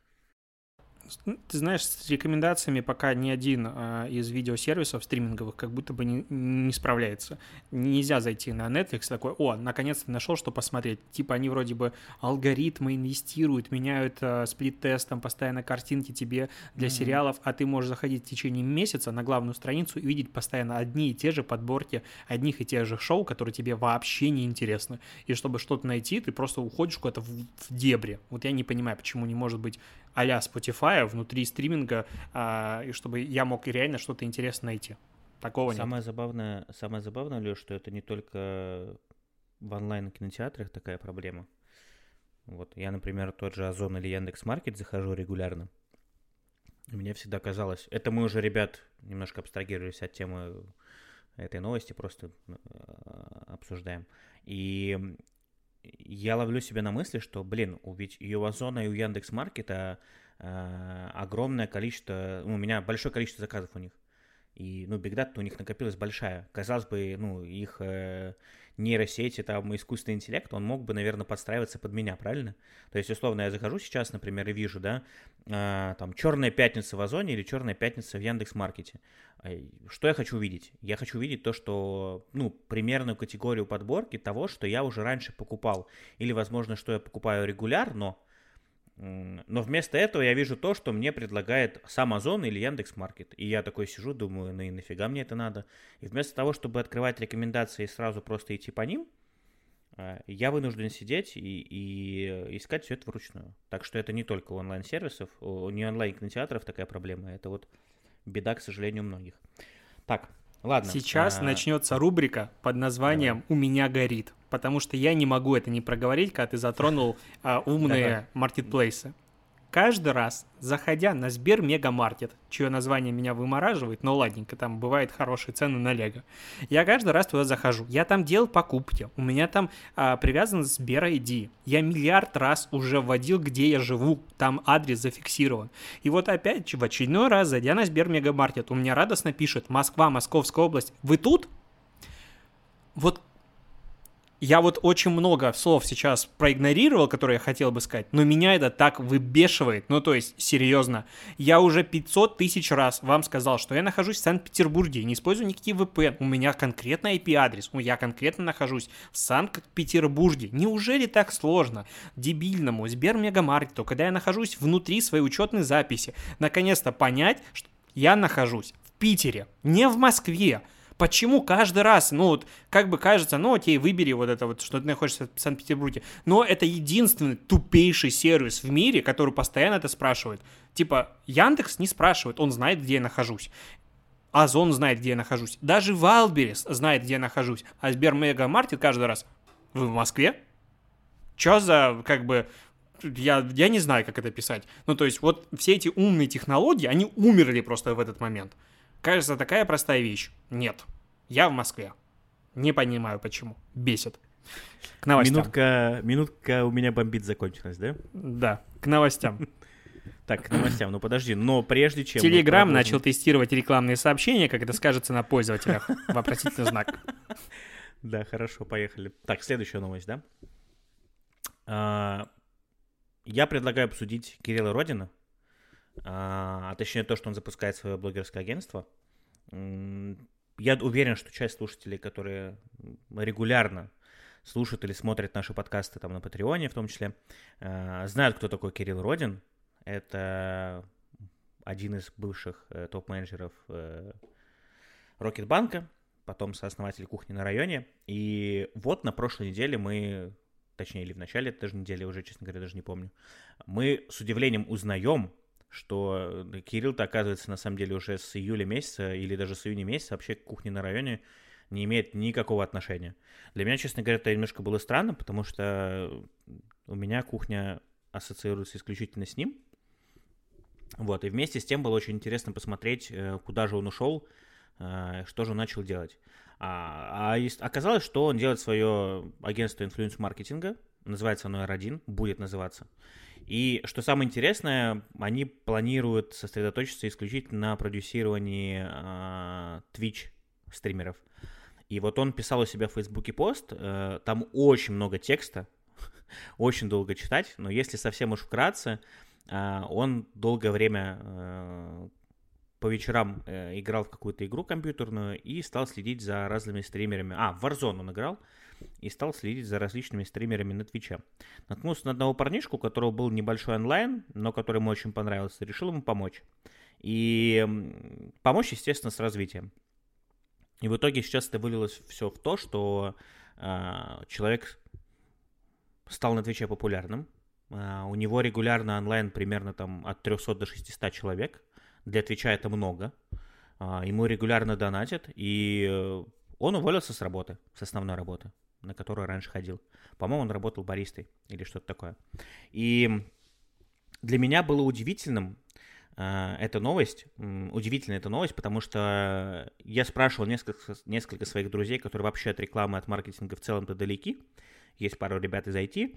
Ты знаешь, с рекомендациями пока ни один а, из видеосервисов стриминговых как будто бы не, не справляется. Нельзя зайти на Netflix такой, о, наконец-то нашел, что посмотреть. Типа они вроде бы алгоритмы инвестируют, меняют а, сплит-тест, там постоянно картинки тебе для mm-hmm. сериалов, а ты можешь заходить в течение месяца на главную страницу и видеть постоянно одни и те же подборки одних и тех же шоу, которые тебе вообще не интересны. И чтобы что-то найти, ты просто уходишь куда-то в, в дебри. Вот я не понимаю, почему не может быть а-ля Spotify внутри стриминга, а, и чтобы я мог реально что-то интересное найти. Такого самое нет. Забавное, самое забавное, Леш, что это не только в онлайн-кинотеатрах такая проблема. Вот я, например, тот же Озон или Яндекс.Маркет захожу регулярно. И мне всегда казалось... Это мы уже, ребят, немножко абстрагировались от темы этой новости, просто обсуждаем. И... я ловлю себя на мысли, что, блин, ведь и у Озона, и у Яндекс.Маркета э, огромное количество, ну, у меня большое количество заказов у них. И, ну, бигдата у них накопилась большая. Казалось бы, ну, их э, нейросети, там, искусственный интеллект, он мог бы, наверное, подстраиваться под меня, правильно? То есть, условно, я захожу сейчас, например, и вижу, да, э, там, «Черная пятница» в Озоне или «Черная пятница» в Яндекс.Маркете. Что я хочу увидеть? Я хочу увидеть то, что, ну, примерную категорию подборки того, что я уже раньше покупал. Или, возможно, что я покупаю регулярно, но вместо этого я вижу то, что мне предлагает сам Озон или Яндекс.Маркет. И я такой сижу, думаю, ну и нафига мне это надо? И вместо того, чтобы открывать рекомендации и сразу просто идти по ним, я вынужден сидеть и, и искать все это вручную. Так что это не только у онлайн-сервисов, не онлайн-кинотеатров такая проблема, это вот беда, к сожалению, у многих. Так, ладно. Сейчас а... начнется рубрика под названием Давай. «У меня горит», потому что я не могу это не проговорить, когда ты затронул а, умные Давай. маркетплейсы. Каждый раз, заходя на Сбермегамаркет, чье название меня вымораживает, но ладненько, там бывают хорошие цены на Лего, я каждый раз туда захожу. Я там делал покупки, у меня там а, привязан Сбер ай ди. Я миллиард раз уже вводил, где я живу, там адрес зафиксирован. И вот опять в очередной раз, зайдя на Сбермегамаркет, у меня радостно пишет: «Москва, Московская область, вы тут?» Вот Я вот очень много слов сейчас проигнорировал, которые я хотел бы сказать, но меня это так выбешивает. Ну, то есть, серьезно. Я уже пятьсот тысяч раз вам сказал, что я нахожусь в Санкт-Петербурге, не использую никакие ви пи эн. У меня конкретно ай пи-адрес. Ну, я конкретно нахожусь в Санкт-Петербурге. Неужели так сложно дебильному Сбермегамаркету, когда я нахожусь внутри своей учетной записи, наконец-то понять, что я нахожусь в Питере, не в Москве? Почему каждый раз, ну вот, как бы кажется, ну окей, выбери вот это вот, что ты находишься в Санкт-Петербурге, но это единственный тупейший сервис в мире, который постоянно это спрашивает. Типа, Яндекс не спрашивает, он знает, где я нахожусь. Озон знает, где я нахожусь. Даже Вайлдберрис знает, где я нахожусь. А Сбермегамаркет каждый раз, вы в Москве? Чё за, как бы... Я, я не знаю, как это писать. Ну, то есть, вот все эти умные технологии, они умерли просто в этот момент. Кажется, такая простая вещь. Нет. Я в Москве. Не понимаю, почему. Бесит. К новостям. Минутка, минутка у меня бомбит закончилась, да? Да, к новостям. Так, к новостям. Ну, подожди, но прежде чем... Телеграм начал тестировать рекламные сообщения, как это скажется на пользователях. Вопросительный знак. Да, хорошо, поехали. Так, следующая новость, да? А, я предлагаю обсудить Кирилла Родина, а, а точнее то, что он запускает свое блогерское агентство. Я уверен, что часть слушателей, которые регулярно слушают или смотрят наши подкасты там на Патреоне в том числе, а, знают, кто такой Кирилл Родин. Это один из бывших э, топ-менеджеров э, Рокетбанка, потом сооснователь кухни на районе. И вот на прошлой неделе мы, точнее, или в начале этой же недели, уже, честно говоря, даже не помню, мы с удивлением узнаем, что Кирилл-то, оказывается, на самом деле уже с июля месяца или даже с июня месяца вообще к кухне на районе не имеет никакого отношения. Для меня, честно говоря, это немножко было странно, потому что у меня кухня ассоциируется исключительно с ним. Вот, и вместе с тем было очень интересно посмотреть, куда же он ушел, что же он начал делать. А, а оказалось, что он делает свое агентство инфлюенс-маркетинга, называется оно эр один, будет называться. И что самое интересное, они планируют сосредоточиться исключительно на продюсировании э, Twitch-стримеров. И вот он писал у себя в Фейсбуке пост, э, там очень много текста, очень долго читать, но если совсем уж вкратце, он долгое время э, по вечерам э, играл в какую-то игру компьютерную и стал следить за разными стримерами. А, в Warzone он играл и стал следить за различными стримерами на Твиче. Наткнулся на одного парнишку, у которого был небольшой онлайн, но который ему очень понравился, решил ему помочь. И помочь, естественно, с развитием. И в итоге сейчас это вылилось все в то, что э, человек стал на Твиче популярным. Uh, у него регулярно онлайн примерно там от трехсот до шестисот человек. Для Твича это много. Uh, ему регулярно донатят. И uh, он уволился с работы, с основной работы, на которую раньше ходил. По-моему, он работал баристой или что-то такое. И для меня было удивительным uh, эта новость. Um, удивительная эта новость, потому что я спрашивал несколько, несколько своих друзей, которые вообще от рекламы, от маркетинга в целом-то далеки. Есть пару ребят из ай ти.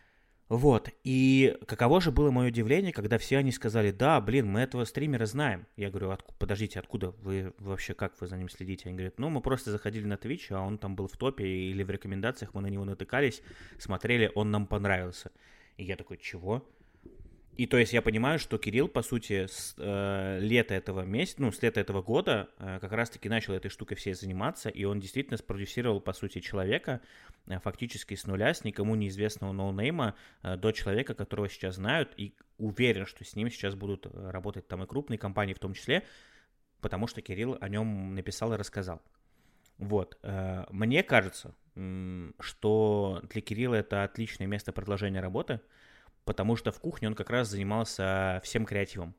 Вот, и каково же было мое удивление, когда все они сказали: да, блин, мы этого стримера знаем. Я говорю: Отку- подождите, откуда вы вообще, как вы за ним следите? Они говорят: ну, мы просто заходили на Twitch, а он там был в топе, или в рекомендациях мы на него натыкались, смотрели, он нам понравился. И я такой: чего? И то есть я понимаю, что Кирилл, по сути, с э, лета этого месяца, ну, с лета этого года э, как раз-таки начал этой штукой всей заниматься, и он действительно спродюсировал, по сути, человека э, фактически с нуля, с никому неизвестного ноунейма э, до человека, которого сейчас знают, и уверен, что с ним сейчас будут работать там и крупные компании в том числе, потому что Кирилл о нем написал и рассказал. Вот. Э, мне кажется, э, что для Кирилла это отличное место продолжения работы, потому что в кухне он как раз занимался всем креативом.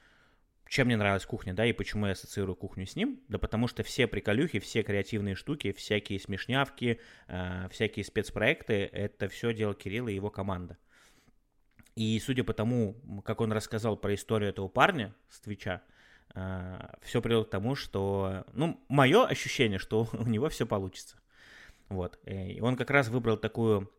Чем мне нравилась кухня, да, и почему я ассоциирую кухню с ним? Да потому что все приколюхи, все креативные штуки, всякие смешнявки, э, всякие спецпроекты, это все делал Кирилл и его команда. И судя по тому, как он рассказал про историю этого парня с Твича, э, все привело к тому, что, ну, мое ощущение, что у него все получится. Вот. И он как раз выбрал такую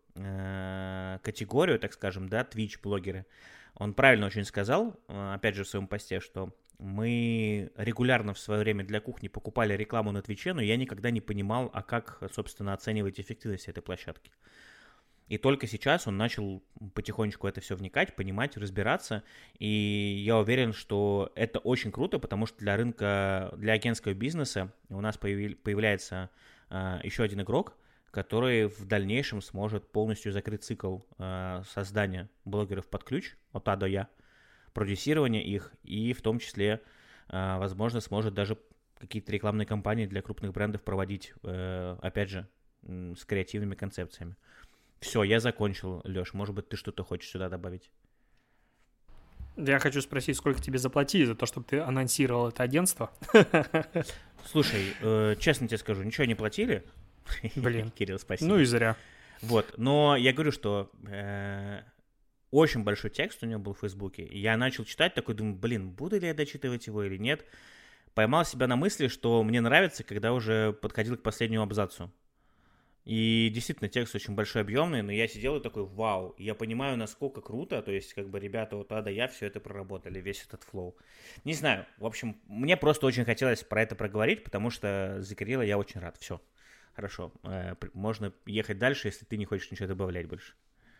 категорию, так скажем, да, Twitch-блогеры. Он правильно очень сказал, опять же, в своем посте, что Мы регулярно в свое время для кухни покупали рекламу на Твиче, но я никогда не понимал, а как, собственно, оценивать эффективность этой площадки. И только сейчас он начал потихонечку это все вникать, понимать, разбираться. И я уверен, что это очень круто, потому что для рынка, для агентского бизнеса у нас появи, появляется а, еще один игрок, который в дальнейшем сможет полностью закрыть цикл а, создания блогеров под ключ от А до Я, продюсирования их, и в том числе, а, возможно, сможет даже какие-то рекламные кампании для крупных брендов проводить, а, опять же, с креативными концепциями. Все, я закончил, Леш. Может быть, ты что-то хочешь сюда добавить? Я хочу спросить, сколько тебе заплатили за то, чтобы ты анонсировал это агентство? Слушай, э, честно тебе скажу, ничего не платили. Блин. Кирилл, спасибо. Ну и зря. Вот, но я говорю, что э, очень большой текст у него был в Фейсбуке. И я начал читать, такой думаю, блин, буду ли я дочитывать его или нет. Поймал себя на мысли, что мне нравится, когда уже подходил к последнему абзацу. И действительно, текст очень большой, объемный, но я сидел и такой, вау, я понимаю, насколько круто, то есть, как бы, ребята от А до Я все это проработали, весь этот флоу. Не знаю, в общем, мне просто очень хотелось про это проговорить, потому что за Кирилла я очень рад. Все, хорошо, э, можно ехать дальше, если ты не хочешь ничего добавлять больше.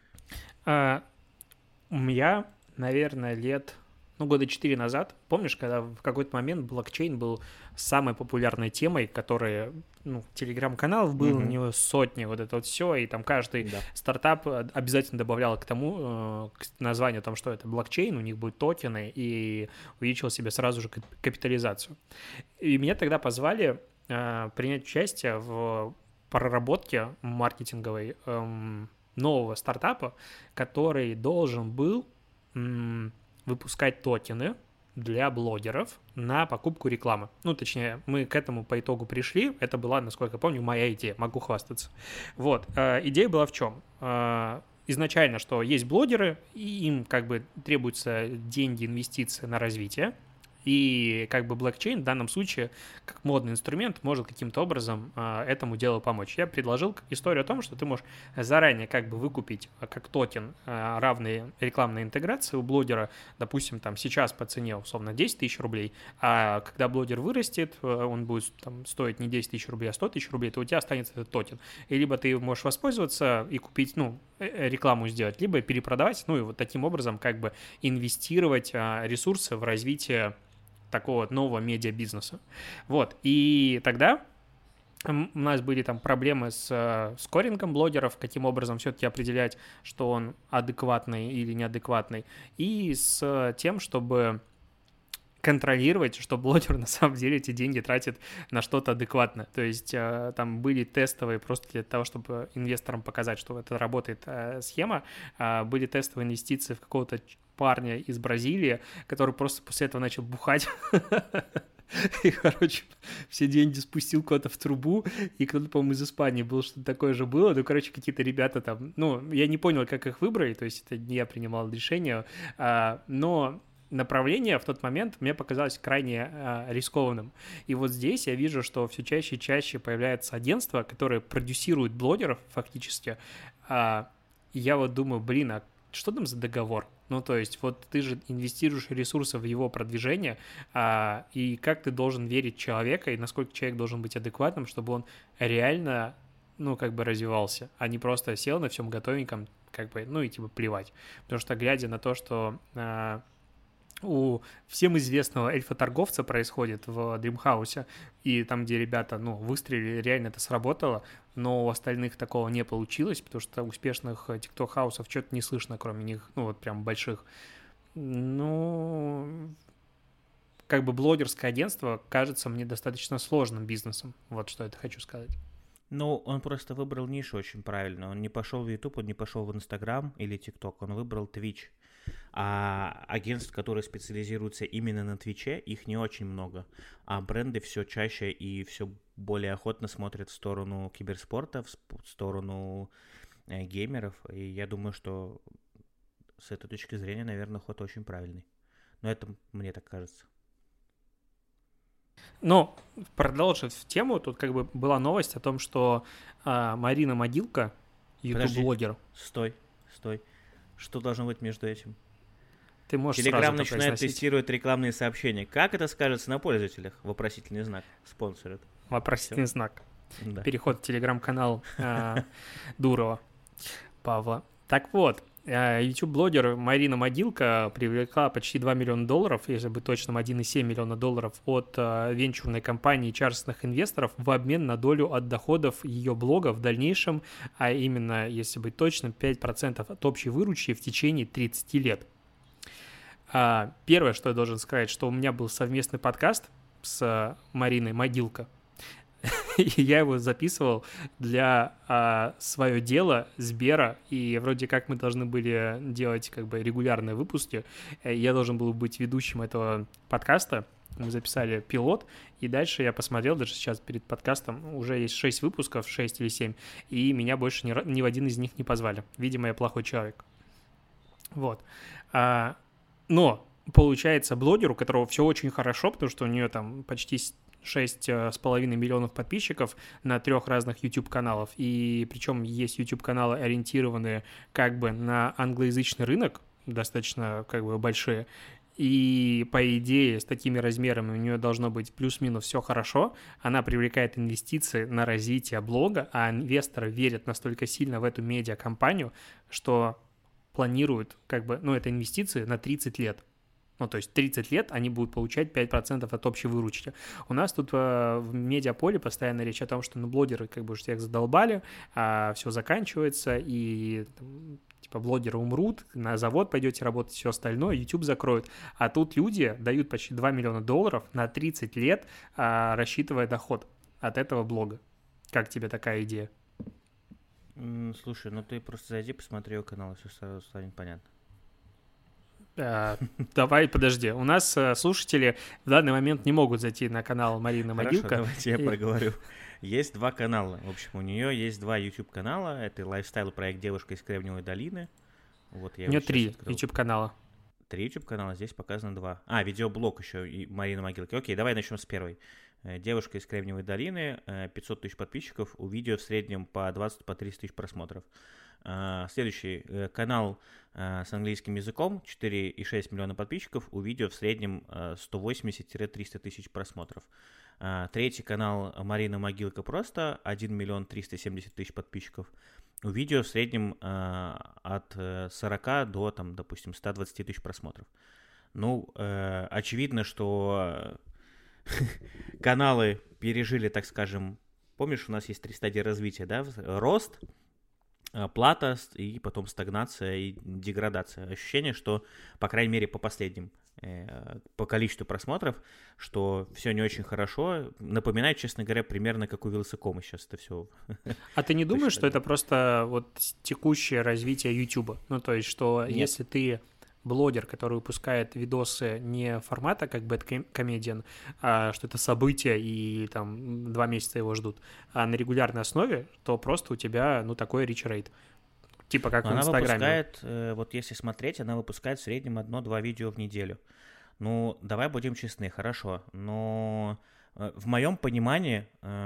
А, у меня, наверное, лет... Ну, года четыре назад, помнишь, когда в какой-то момент блокчейн был самой популярной темой, которая, ну, телеграм-каналов было, mm-hmm. у него сотни, вот это вот все, и там каждый да. стартап обязательно добавлял к тому, к названию, там, что это блокчейн, у них будут токены, и увеличил себе сразу же капитализацию. И меня тогда позвали э, принять участие в проработке маркетинговой э, нового стартапа, который должен был... Э, выпускать токены для блогеров на покупку рекламы. Ну, точнее, мы к этому по итогу пришли. Это была, насколько я помню, моя идея. Могу хвастаться. Вот. Идея была в чем? Изначально, что есть блогеры, и им как бы требуются деньги, инвестиции на развитие. И как бы блокчейн в данном случае, как модный инструмент, может каким-то образом э, этому делу помочь. Я предложил историю о том, что ты можешь заранее как бы выкупить как токен э, равные рекламной интеграции у блогера, допустим, там сейчас по цене условно десять тысяч рублей, а когда блогер вырастет, э, он будет там стоить не десять тысяч рублей, а сто тысяч рублей, то у тебя останется этот токен. И либо ты можешь воспользоваться и купить, ну, рекламу сделать, либо перепродавать, ну и вот таким образом как бы инвестировать э, ресурсы в развитие такого нового медиабизнеса. Вот. И тогда у нас были там проблемы с скорингом блогеров, каким образом все-таки определять, что он адекватный или неадекватный, и с тем, чтобы контролировать, что блогер на самом деле эти деньги тратит на что-то адекватное. То есть э, там были тестовые, просто для того, чтобы инвесторам показать, что это работает э, схема, э, были тестовые инвестиции в какого-то парня из Бразилии, который просто после этого начал бухать. И, короче, все деньги спустил куда-то в трубу, и кто-то, по-моему, из Испании был, что-то такое же было. Ну, короче, какие-то ребята там... Ну, я не понял, как их выбрали, то есть это не я принимал решение, а, но... направление в тот момент мне показалось крайне э, рискованным. И вот здесь я вижу, что все чаще и чаще появляются агентства, которые продюсируют блогеров фактически. Э, и я вот думаю, блин, а что там за договор? Ну, то есть вот ты же инвестируешь ресурсы в его продвижение, э, и как ты должен верить в человека, и насколько человек должен быть адекватным, чтобы он реально, ну, как бы развивался, а не просто сел на всем готовеньком, как бы, ну, и типа плевать. Потому что, глядя на то, что... Э, у всем известного эльфа-торговца происходит в Дримхаусе, и там, где ребята, ну, выстрелили, реально это сработало, но у остальных такого не получилось, потому что успешных тикток-хаусов что-то не слышно, кроме них, ну, вот прям больших. Ну, как бы блогерское агентство кажется мне достаточно сложным бизнесом, вот что я хочу сказать. Ну, он просто выбрал нишу очень правильно. Он не пошел в YouTube, он не пошел в Instagram или TikTok, он выбрал Twitch. А агентств, которые специализируются именно на Твиче, их не очень много. А бренды все чаще и все более охотно смотрят в сторону киберспорта, в сторону э, геймеров. И я думаю, что с этой точки зрения, наверное, ход очень правильный. Но это мне так кажется. Ну, продолжив тему, тут как бы была новость о том, что а, Марина Могилка, ютуб-блогер... Стой, стой. Что должно быть между этим? Ты можешь Telegram сразу начинает произносить. тестировать рекламные сообщения. Как это скажется на пользователях? Вопросительный знак. Спонсорит. Вопросительный Всё. знак. Да. Переход в телеграм-канал э, Дурова Павла. Так вот, э, YouTube-блогер Марина Могилка привлекла почти два миллиона долларов, если быть точным, один и семь миллиона долларов от э, венчурной компании частных инвесторов в обмен на долю от доходов ее блога в дальнейшем, а именно, если быть точным, пять процентов от общей выручки в течение тридцати лет. А, первое, что я должен сказать, что у меня был совместный подкаст с Мариной Могилка, и я его записывал для а, свое дело Сбера, и вроде как мы должны были делать как бы регулярные выпуски. Я должен был быть ведущим этого подкаста. Мы записали пилот, и дальше я посмотрел, даже сейчас перед подкастом уже есть шесть выпусков, шесть или семь, и меня больше ни, ни в один из них не позвали. Видимо, я плохой человек. Вот. А, но получается блогер, у которого все очень хорошо, потому что у нее там почти шесть с половиной миллионов подписчиков на трех разных YouTube-каналах, и причем есть YouTube-каналы, ориентированные как бы на англоязычный рынок, достаточно как бы большие, и по идее с такими размерами у нее должно быть плюс-минус все хорошо, она привлекает инвестиции на развитие блога, а инвесторы верят настолько сильно в эту медиакомпанию, что планируют как бы, ну, это инвестиции на тридцать лет. Ну, то есть тридцать лет они будут получать пять процентов от общей выручки. У нас тут э, в медиаполе постоянно речь о том, что ну, блогеры как бы всех задолбали, а все заканчивается, и там, типа блогеры умрут, на завод пойдете работать, все остальное, YouTube закроют. А тут люди дают почти два миллиона долларов на тридцать лет, а, рассчитывая доход от этого блога. Как тебе такая идея? Слушай, ну ты просто зайди, посмотри его канал, и все сразу станет понятно. А, давай, подожди. У нас а, слушатели в данный момент не могут зайти на канал Марины Могилка. Хорошо, давайте я и... проговорю. Есть два канала. В общем, у нее есть два YouTube-канала. Это лайфстайл-проект «Девушка из Кремниевой долины». Вот я у нее три YouTube-канала. Три YouTube-канала, здесь показано два. А, видеоблог еще и Марина Могилки. Окей, давай начнем с первой. Девушка из Кремниевой долины, пятьсот тысяч подписчиков, у видео в среднем по двадцать по тридцать тысяч просмотров. Следующий канал с английским языком, четыре и шесть миллиона подписчиков, у видео в среднем сто восемьдесят — триста тысяч просмотров. Третий канал Марина Могилка просто, один миллион триста семьдесят тысяч подписчиков, у видео в среднем от сорока до, там, допустим, ста двадцати тысяч просмотров. Ну, очевидно, что каналы пережили, так скажем, помнишь, у нас есть три стадии развития, да, рост, плата и потом стагнация и деградация. Ощущение, что, по крайней мере, по последним, по количеству просмотров, что все не очень хорошо. Напоминает, честно говоря, примерно как у Вилсакома сейчас это все. А ты не думаешь, что это просто вот текущее развитие YouTube? Ну, то есть, что если ты блогер, который выпускает видосы не формата как бэдкомедиан, а что это событие и там два месяца его ждут, а на регулярной основе, то просто у тебя, ну, такой рич-рейт. Типа как она в Инстаграме. Выпускает, вот если смотреть, она выпускает в среднем одно-два видео в неделю. Ну, давай будем честны, хорошо, но в моем понимании,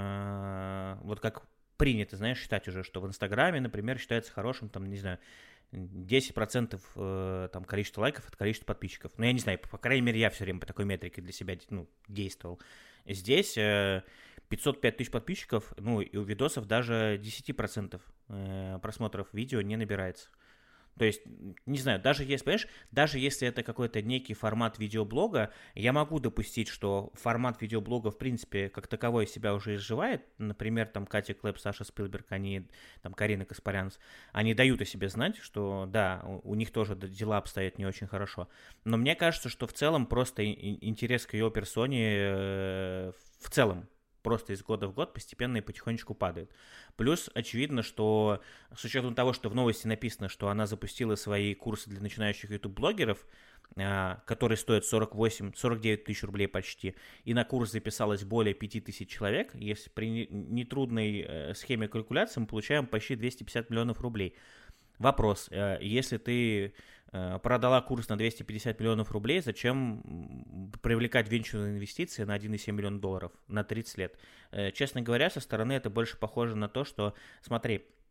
вот как принято, знаешь, считать уже, что в Инстаграме, например, считается хорошим, там, не знаю, десять процентов э, там, количество лайков от количества подписчиков. Ну, я не знаю, по крайней мере, я все время по такой метрике для себя ну, действовал. Здесь э, пятьсот пять тысяч подписчиков, ну, и у видосов даже десять процентов э, просмотров видео не набирается. То есть, не знаю, даже если, понимаешь, даже если это какой-то некий формат видеоблога, я могу допустить, что формат видеоблога, в принципе, как таковой себя уже изживает. Например, там Катя Клэп, Саша Спилберг, они, там Карина Каспарянц, они дают о себе знать, что да, у, у них тоже дела обстоят не очень хорошо. Но мне кажется, что в целом просто интерес к ее персоне э, в целом просто из года в год постепенно и потихонечку падает. Плюс очевидно, что с учетом того, что в новости написано, что она запустила свои курсы для начинающих YouTube-блогеров, которые стоят сорок восемь сорок девять тысяч рублей почти, и на курс записалось более пять тысяч человек, если при нетрудной схеме калькуляции мы получаем почти двести пятьдесят миллионов рублей. Вопрос, если ты продала курс на двести пятьдесят миллионов рублей, зачем привлекать венчурные инвестиции на один и семь миллиона долларов на тридцать лет? Честно говоря, со стороны это больше похоже на то, что, смотри,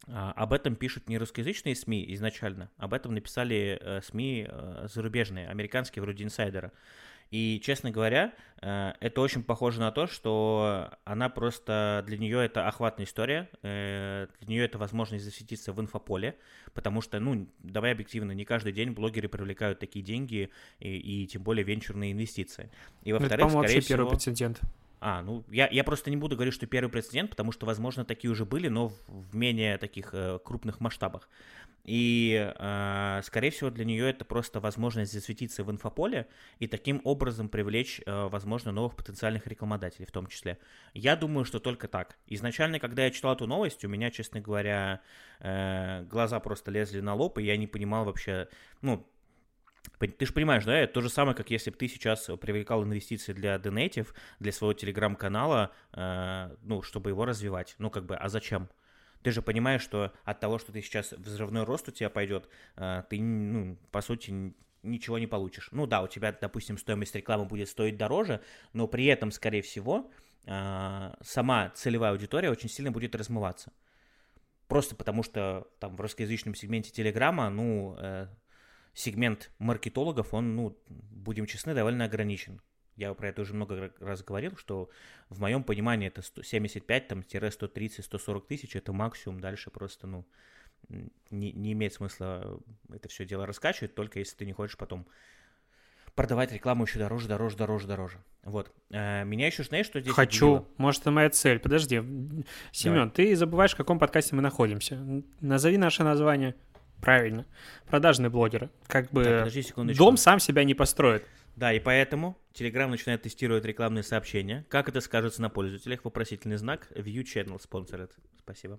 А, об этом пишут не русскоязычные СМИ изначально, об этом написали э, СМИ э, зарубежные, американские, вроде «Инсайдера». И, честно говоря, э, это очень похоже на то, что она просто, для нее это охватная история, э, для нее это возможность засветиться в инфополе, потому что, ну, давай объективно, не каждый день блогеры привлекают такие деньги и, и тем более венчурные инвестиции. И, Это, во-вторых, по-моему, скорее вообще всего... первый прецедент. А, ну, я, я просто не буду говорить, что первый прецедент, потому что, возможно, такие уже были, но в, в менее таких э, крупных масштабах. И, э, скорее всего, для нее это просто возможность засветиться в инфополе и таким образом привлечь, э, возможно, новых потенциальных рекламодателей в том числе. Я думаю, что только так. Изначально, когда я читал эту новость, у меня, честно говоря, э, глаза просто лезли на лоб, и я не понимал вообще, ну, ты же понимаешь, да, это то же самое, как если бы ты сейчас привлекал инвестиции для Donative, для своего телеграм-канала, э, ну, чтобы его развивать. Ну, как бы, а зачем? Ты же понимаешь, что от того, что ты сейчас взрывной рост у тебя пойдет, э, ты, ну, по сути, ничего не получишь. Ну да, у тебя, допустим, стоимость рекламы будет стоить дороже, но при этом, скорее всего, э, сама целевая аудитория очень сильно будет размываться. Просто потому что там в русскоязычном сегменте Телеграма, ну... Э, сегмент маркетологов, он, ну, будем честны, довольно ограничен. Я про это уже много раз говорил, что в моем понимании это семьдесят пять, там, сто тридцать, сто сорок тысяч, это максимум, дальше просто, ну, не, не имеет смысла это все дело раскачивать, только если ты не хочешь потом продавать рекламу еще дороже, дороже, дороже, дороже. Вот. Меня еще, знаешь, что здесь Хочу. удивило? Может, это моя цель. Подожди. Семен, Давай. Ты забываешь, в каком подкасте мы находимся. Назови наше название. Правильно. Продажные блогеры. Как бы так, подожди, дом сам себя не построит. Да, и поэтому Telegram начинает тестировать рекламные сообщения. Как это скажется на пользователях? Вопросительный знак. View Channel Sponsored. Спасибо.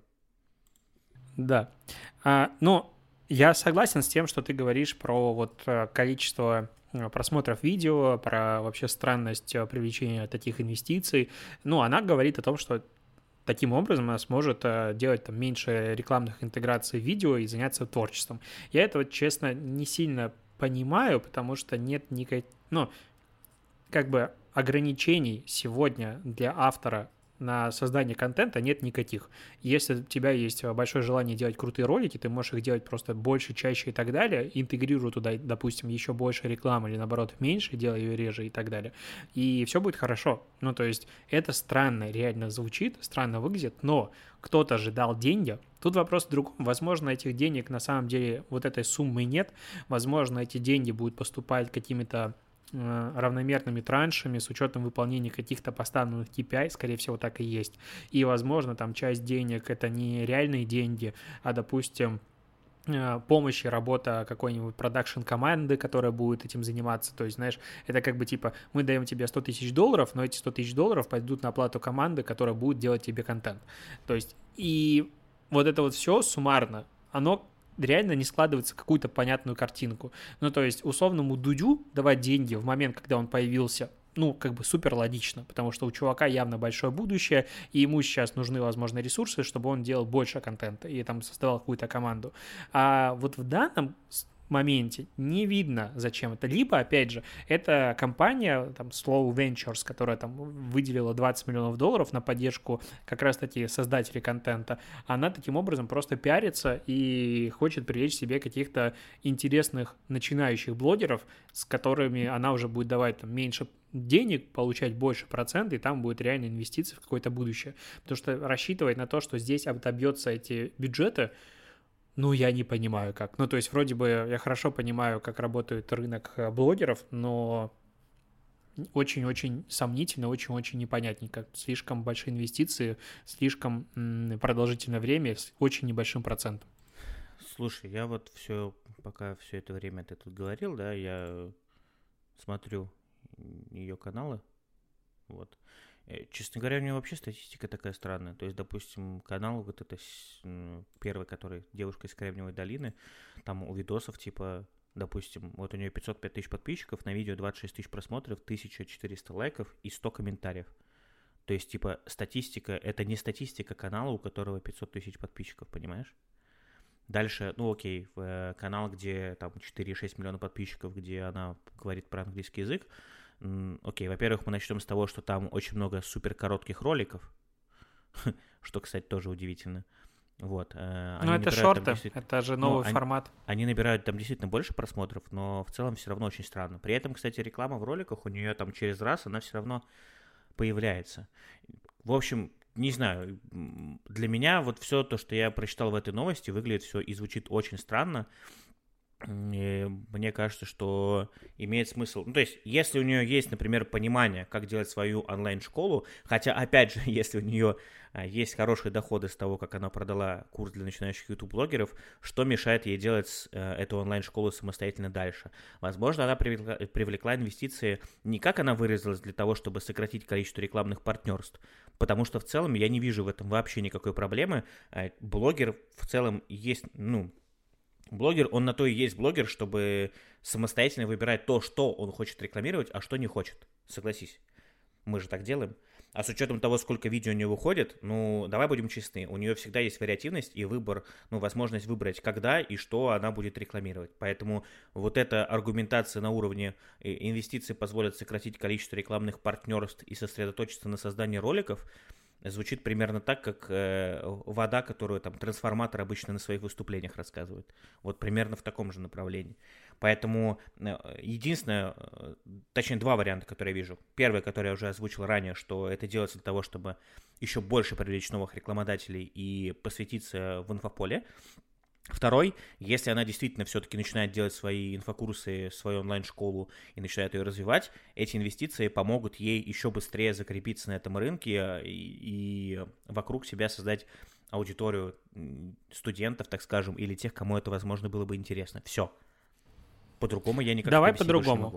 Да. А, ну, я согласен с тем, что ты говоришь про вот количество просмотров видео, про вообще странность привлечения таких инвестиций. Ну, она говорит о том, что таким образом она сможет делать там меньше рекламных интеграций в видео и заняться творчеством. Я этого, честно, не сильно понимаю, потому что нет никаких, ну, как бы ограничений сегодня для автора на создание контента нет никаких. Если у тебя есть большое желание делать крутые ролики, ты можешь их делать просто больше, чаще и так далее, интегрируя туда, допустим, еще больше рекламы или, наоборот, меньше, делая ее реже и так далее. И все будет хорошо. Ну, то есть это странно реально звучит, странно выглядит, но кто-то же дал деньги. Тут вопрос в другом. Возможно, этих денег на самом деле вот этой суммы нет. Возможно, эти деньги будут поступать какими-то равномерными траншами с учетом выполнения каких-то поставленных кей пи ай, скорее всего, так и есть. И, возможно, там часть денег — это не реальные деньги, а, допустим, помощь и работа какой-нибудь продакшн-команды, которая будет этим заниматься. То есть, знаешь, это как бы типа мы даем тебе сто тысяч долларов, но эти сто тысяч долларов пойдут на оплату команды, которая будет делать тебе контент. То есть, и вот это вот все суммарно, оно реально не складывается в какую-то понятную картинку. Ну, то есть, условному Дудю давать деньги в момент, когда он появился, ну, как бы супер логично, потому что у чувака явно большое будущее, и ему сейчас нужны, возможно, ресурсы, чтобы он делал больше контента и там создавал какую-то команду. А вот в данном моменте не видно, зачем это. Либо, опять же, это компания, там, Slow Ventures, которая там выделила двадцать миллионов долларов на поддержку как раз-таки создателей контента, она таким образом просто пиарится и хочет привлечь себе каких-то интересных начинающих блогеров, с которыми она уже будет давать там меньше денег, получать больше процентов, и там будет реально инвестиции в какое-то будущее. Потому что рассчитывать на то, что здесь отобьется эти бюджеты, ну, я не понимаю как. Ну, то есть, вроде бы я хорошо понимаю, как работает рынок блогеров, но очень-очень сомнительно, очень-очень непонятненько. Слишком большие инвестиции, слишком м- продолжительное время, с очень небольшим процентом. Слушай, я вот все, пока все это время ты тут говорил, да, я смотрю ее каналы, вот. Честно говоря, у нее вообще статистика такая странная. То есть, допустим, канал вот это первый, который «Девушка из Кремниевой долины», там у видосов типа, допустим, вот у нее пятьсот пять тысяч подписчиков, на видео двадцать шесть тысяч просмотров, тысяча четыреста лайков и сто комментариев. То есть, типа, статистика, это не статистика канала, у которого пятьсот тысяч подписчиков, понимаешь? Дальше, ну окей, канал, где там четыре и шесть миллиона подписчиков, где она говорит про английский язык. Окей, во-первых, мы начнем с того, что там очень много супер коротких роликов, что, кстати, тоже удивительно. Вот. э, Ну, Они это набирают там шорты, действительно... это же Ну, новый они, формат. они набирают там действительно больше просмотров, но в целом все равно очень странно. При этом, кстати, реклама в роликах у нее там через раз, она все равно появляется. В общем, не знаю, м, для меня вот все то, что я прочитал в этой новости, выглядит все и звучит очень странно. И мне кажется, что имеет смысл. Ну, то есть, если у нее есть, например, понимание, как делать свою онлайн-школу, хотя, опять же, если у нее а, есть хорошие доходы с того, как она продала курс для начинающих YouTube-блогеров, что мешает ей делать с, э, эту онлайн-школу самостоятельно дальше? Возможно, она привлекла, привлекла инвестиции не как она выразилась для того, чтобы сократить количество рекламных партнерств, потому что в целом я не вижу в этом вообще никакой проблемы. Э, Блогер в целом есть, ну, Блогер, он на то и есть блогер, чтобы самостоятельно выбирать то, что он хочет рекламировать, а что не хочет. Согласись, мы же так делаем. А с учетом того, сколько видео у нее выходит, ну, давай будем честны, у нее всегда есть вариативность и выбор, ну, возможность выбрать, когда и что она будет рекламировать. Поэтому вот эта аргументация на уровне э, инвестиций позволит сократить количество рекламных партнерств и сосредоточиться на создании роликов, звучит примерно так, как э, вода, которую там трансформатор обычно на своих выступлениях рассказывает. Вот примерно в таком же направлении. Поэтому э, единственное, э, точнее два варианта, которые я вижу. Первый, который я уже озвучил ранее, что это делается для того, чтобы еще больше привлечь новых рекламодателей и посвятиться в инфополе. Второй, если она действительно все-таки начинает делать свои инфокурсы, свою онлайн-школу и начинает ее развивать, эти инвестиции помогут ей еще быстрее закрепиться на этом рынке и, и вокруг себя создать аудиторию студентов, так скажем, или тех, кому это, возможно, было бы интересно. Все. По-другому я никак Давай объяснить больше не по-другому. могу.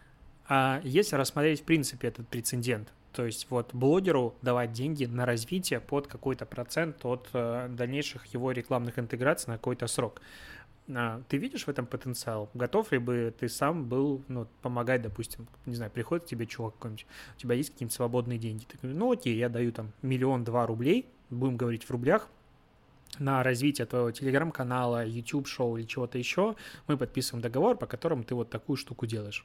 А если рассмотреть в принципе этот прецедент, то есть вот блогеру давать деньги на развитие под какой-то процент от э, дальнейших его рекламных интеграций на какой-то срок. А, ты видишь в этом потенциал? Готов ли бы ты сам был, ну, помогать, допустим, не знаю, приходит к тебе чувак какой-нибудь, у тебя есть какие-нибудь свободные деньги, ты говоришь, ну окей, я даю там миллион-два рублей, будем говорить в рублях, на развитие твоего телеграм-канала, YouTube-шоу или чего-то еще, мы подписываем договор, по которому ты вот такую штуку делаешь.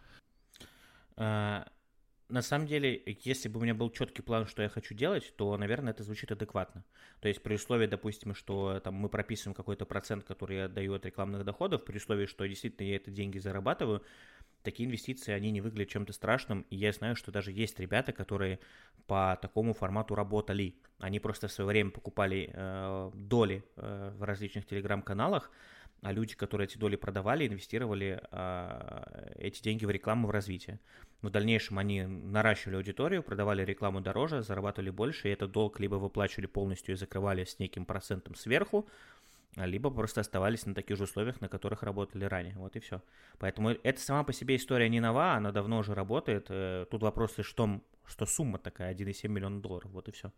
А, На самом деле, если бы у меня был четкий план, что я хочу делать, то, наверное, это звучит адекватно. То есть при условии, допустим, что там, мы прописываем какой-то процент, который я даю от рекламных доходов, при условии, что действительно я эти деньги зарабатываю, такие инвестиции, они не выглядят чем-то страшным. И я знаю, что даже есть ребята, которые по такому формату работали. Они просто в свое время покупали э, доли э, в различных телеграм-каналах, а люди, которые эти доли продавали, инвестировали э, эти деньги в рекламу, в развитие. В дальнейшем они наращивали аудиторию, продавали рекламу дороже, зарабатывали больше, и этот долг либо выплачивали полностью и закрывали с неким процентом сверху, либо просто оставались на таких же условиях, на которых работали ранее. Вот и все. Поэтому это сама по себе история не нова, она давно уже работает. Тут вопрос лишь в том, что сумма такая, один и семь миллиона долларов. Вот и все.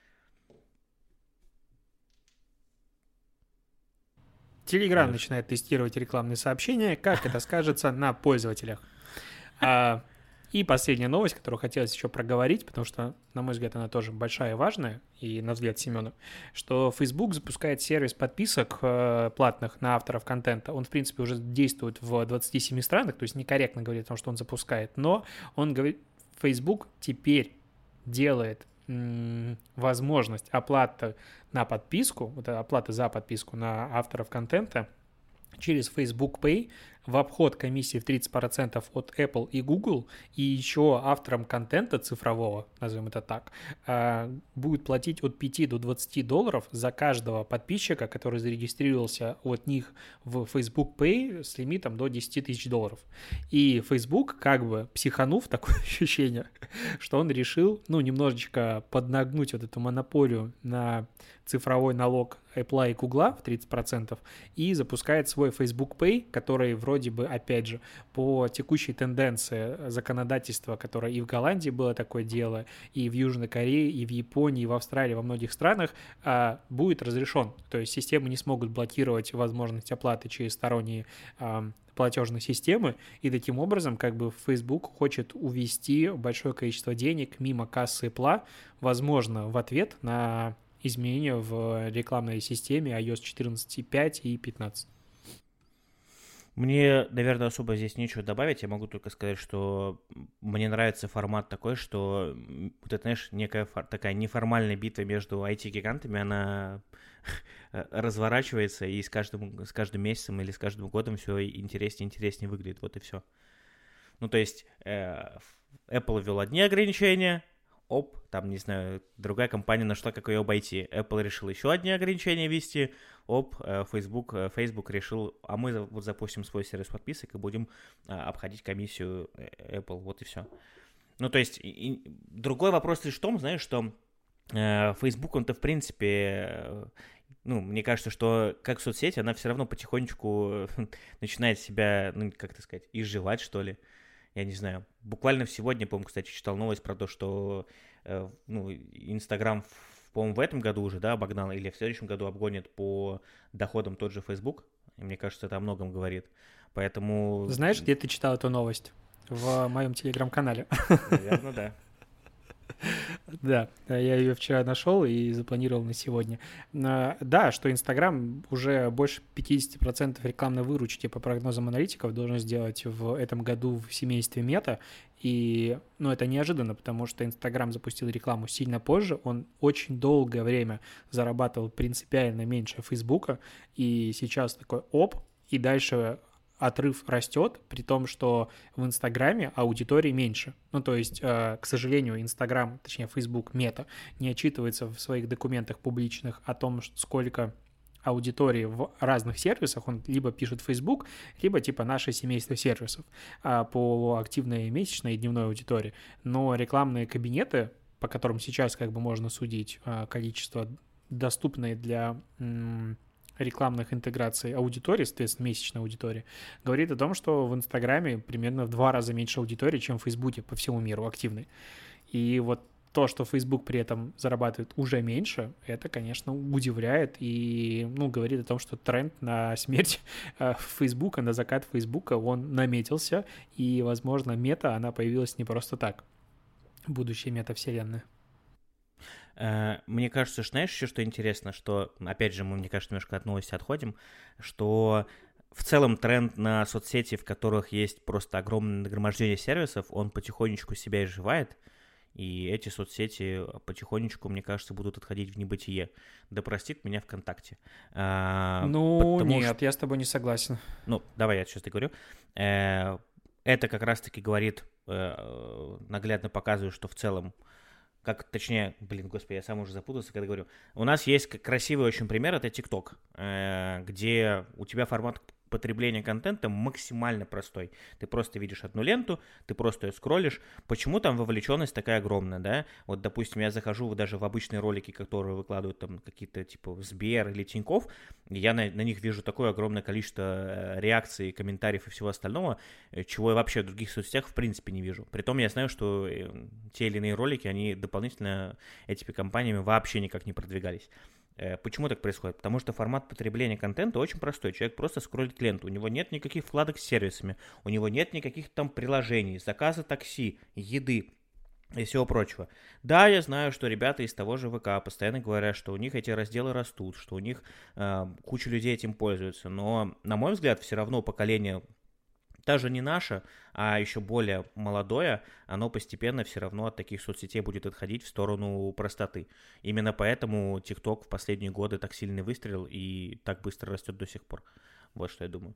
Телеграм начинает тестировать рекламные сообщения, как это скажется на пользователях. А, и последняя новость, которую хотелось еще проговорить, потому что, на мой взгляд, она тоже большая и важная, и на взгляд Семена, что Facebook запускает сервис подписок э, платных на авторов контента. Он, в принципе, уже действует в двадцати семи странах, то есть некорректно говорит о том, что он запускает, но он говорит, Facebook теперь делает м- возможность оплаты на подписку, вот оплаты за подписку на авторов контента через Facebook Pay в обход комиссии в тридцать процентов от Apple и Google, и еще авторам контента цифрового, назовем это так, будет платить от пяти до двадцати долларов за каждого подписчика, который зарегистрировался от них в Facebook Pay с лимитом до десяти тысяч долларов. И Facebook, как бы психанув, такое ощущение, что он решил, ну, немножечко поднагнуть вот эту монополию на цифровой налог Apple и Google в тридцать процентов и запускает свой Facebook Pay, который вроде бы, опять же, по текущей тенденции законодательства, которое и в Голландии было такое дело, и в Южной Корее, и в Японии, и в Австралии, во многих странах, будет разрешен. То есть системы не смогут блокировать возможность оплаты через сторонние платежной системы, и таким образом как бы Facebook хочет увести большое количество денег мимо кассы Apple, возможно, в ответ на изменения в рекламной системе ай о эс четырнадцать и пять и пятнадцать. Мне, наверное, особо здесь нечего добавить. Я могу только сказать, что мне нравится формат такой, что м, вот это, знаешь, некая фор- такая неформальная битва между ай ти-гигантами, она разворачивается, и с каждым, с каждым месяцем или с каждым годом все интереснее и интереснее выглядит. Вот и все. Ну, то есть э, Apple ввел одни ограничения, оп, там, не знаю, другая компания нашла, как ее обойти. Apple решил еще одни ограничения ввести, оп, э, Facebook, э, Facebook решил, а мы за- вот запустим свой сервис подписок и будем э, обходить комиссию э, Apple, вот и все. Ну, то есть, и- и другой вопрос лишь в том, знаешь, что э, Facebook, он-то, в принципе, э, ну, мне кажется, что как соцсеть, она все равно потихонечку начинает себя, ну, как это сказать, изживать, что ли. Я не знаю. Буквально сегодня, по-моему, кстати, читал новость про то, что э, ну, Инстаграм, по-моему, в этом году уже, да, обогнал, или в следующем году обгонит по доходам тот же Facebook. И мне кажется, это о многом говорит. Поэтому... Знаешь, где ты читал эту новость? В моем телеграм-канале. Наверное, да. Да, я ее вчера нашел и запланировал на сегодня. А, Да, что Инстаграм уже больше пятьдесят процентов рекламной выручки по прогнозам аналитиков должен сделать в этом году в семействе Мета. И, ну, это неожиданно, потому что Инстаграм запустил рекламу сильно позже. Он очень долгое время зарабатывал принципиально меньше Фейсбука. И сейчас такой оп, и дальше отрыв растет, при том, что в Инстаграме аудитории меньше. Ну, то есть, э, к сожалению, Инстаграм, точнее, Фейсбук, Мета, не отчитывается в своих документах публичных о том, сколько аудитории в разных сервисах. Он либо пишет Facebook, либо типа наше семейство сервисов а, по активной месячной и дневной аудитории. Но рекламные кабинеты, по которым сейчас как бы можно судить а, количество доступное для м, рекламных интеграций аудитории, соответственно, месячной аудитории, говорит о том, что в Инстаграме примерно в два раза меньше аудитории, чем в Фейсбуке по всему миру активной. И вот то, что Facebook при этом зарабатывает уже меньше, это, конечно, удивляет и, ну, говорит о том, что тренд на смерть Фейсбука, на закат Фейсбука, он наметился, и, возможно, мета, она появилась не просто так. Будущее метавселенная. Мне кажется, что, знаешь, еще что интересно, что, опять же, мы, мне кажется, немножко от новости отходим, что в целом тренд на соцсети, в которых есть просто огромное нагромождение сервисов, он потихонечку себя изживает, и эти соцсети потихонечку, мне кажется, будут отходить в небытие. Да простит меня ВКонтакте. А, ну, нет, что... я с тобой не согласен. Ну, давай я сейчас договорю. Это как раз-таки говорит, наглядно показывает, что в целом как, точнее, блин, господи, я сам уже запутался, когда говорю. У нас есть красивый очень пример, это TikTok, где у тебя формат потребления контента максимально простой. Ты просто видишь одну ленту, ты просто ее скроллишь. Почему там вовлеченность такая огромная, да? Вот, допустим, я захожу даже в обычные ролики, которые выкладывают там какие-то типа Сбер или Тинькофф, я на, на них вижу такое огромное количество реакций, комментариев и всего остального, чего я вообще в других соцсетях в принципе не вижу. Притом я знаю, что те или иные ролики, они дополнительно этими компаниями вообще никак не продвигались. Почему так происходит? Потому что формат потребления контента очень простой. Человек просто скроллит ленту. У него нет никаких вкладок с сервисами. У него нет никаких там приложений, заказа такси, еды и всего прочего. Да, я знаю, что ребята из того же ВК постоянно говорят, что у них эти разделы растут, что у них э, куча людей этим пользуются. Но, на мой взгляд, все равно поколение... Даже не наше, а еще более молодое, оно постепенно все равно от таких соцсетей будет отходить в сторону простоты. Именно поэтому TikTok в последние годы так сильно выстрелил и так быстро растет до сих пор. Вот что я думаю.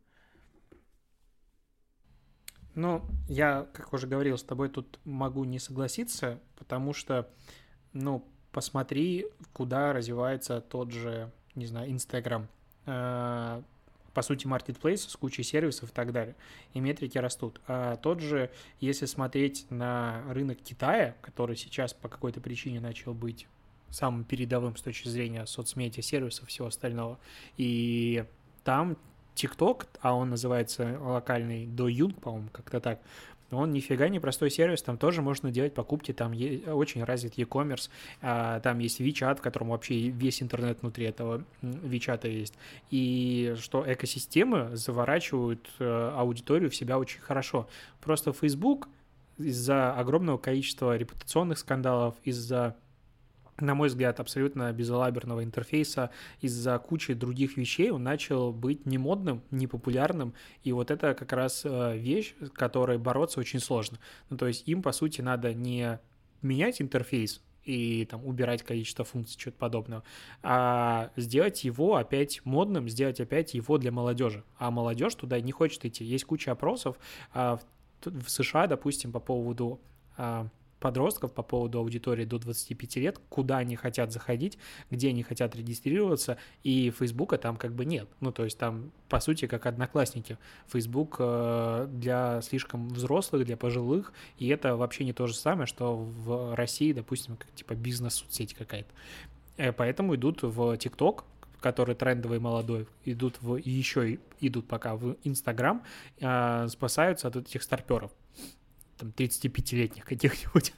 Ну, я, как уже говорил, с тобой тут могу не согласиться, потому что, ну, посмотри, куда развивается тот же, не знаю, Инстаграм. По сути, маркетплейс с кучей сервисов и так далее. И метрики растут. А тот же, если смотреть на рынок Китая, который сейчас по какой-то причине начал быть самым передовым с точки зрения соцмедиа, сервисов, всего остального, и там TikTok, а он называется локальный Douyin, по-моему, как-то так, он нифига не простой сервис, там тоже можно делать покупки, там очень развит e-commerce, там есть WeChat, в котором вообще весь интернет внутри этого WeChat есть, и что экосистемы заворачивают аудиторию в себя очень хорошо. Просто Facebook из-за огромного количества репутационных скандалов, из-за на мой взгляд, абсолютно безалаберного интерфейса из-за кучи других вещей он начал быть не модным, не популярным, и вот это как раз вещь, с которой бороться очень сложно. Ну, то есть им, по сути, надо не менять интерфейс и там убирать количество функций, что-то подобного, а сделать его опять модным, сделать опять его для молодежи. А молодежь туда не хочет идти. Есть куча опросов в США, допустим, по поводу подростков, по поводу аудитории до двадцати пяти лет, куда они хотят заходить, где они хотят регистрироваться, и Фейсбука там как бы нет. Ну, то есть там, по сути, как Одноклассники. Фейсбук для слишком взрослых, для пожилых, и это вообще не то же самое, что в России, допустим, как типа бизнес-соцсеть какая-то. Поэтому идут в ТикТок, который трендовый молодой, идут в, еще идут пока в Инстаграм, спасаются от этих старперов. Там, тридцатипятилетних каких-нибудь.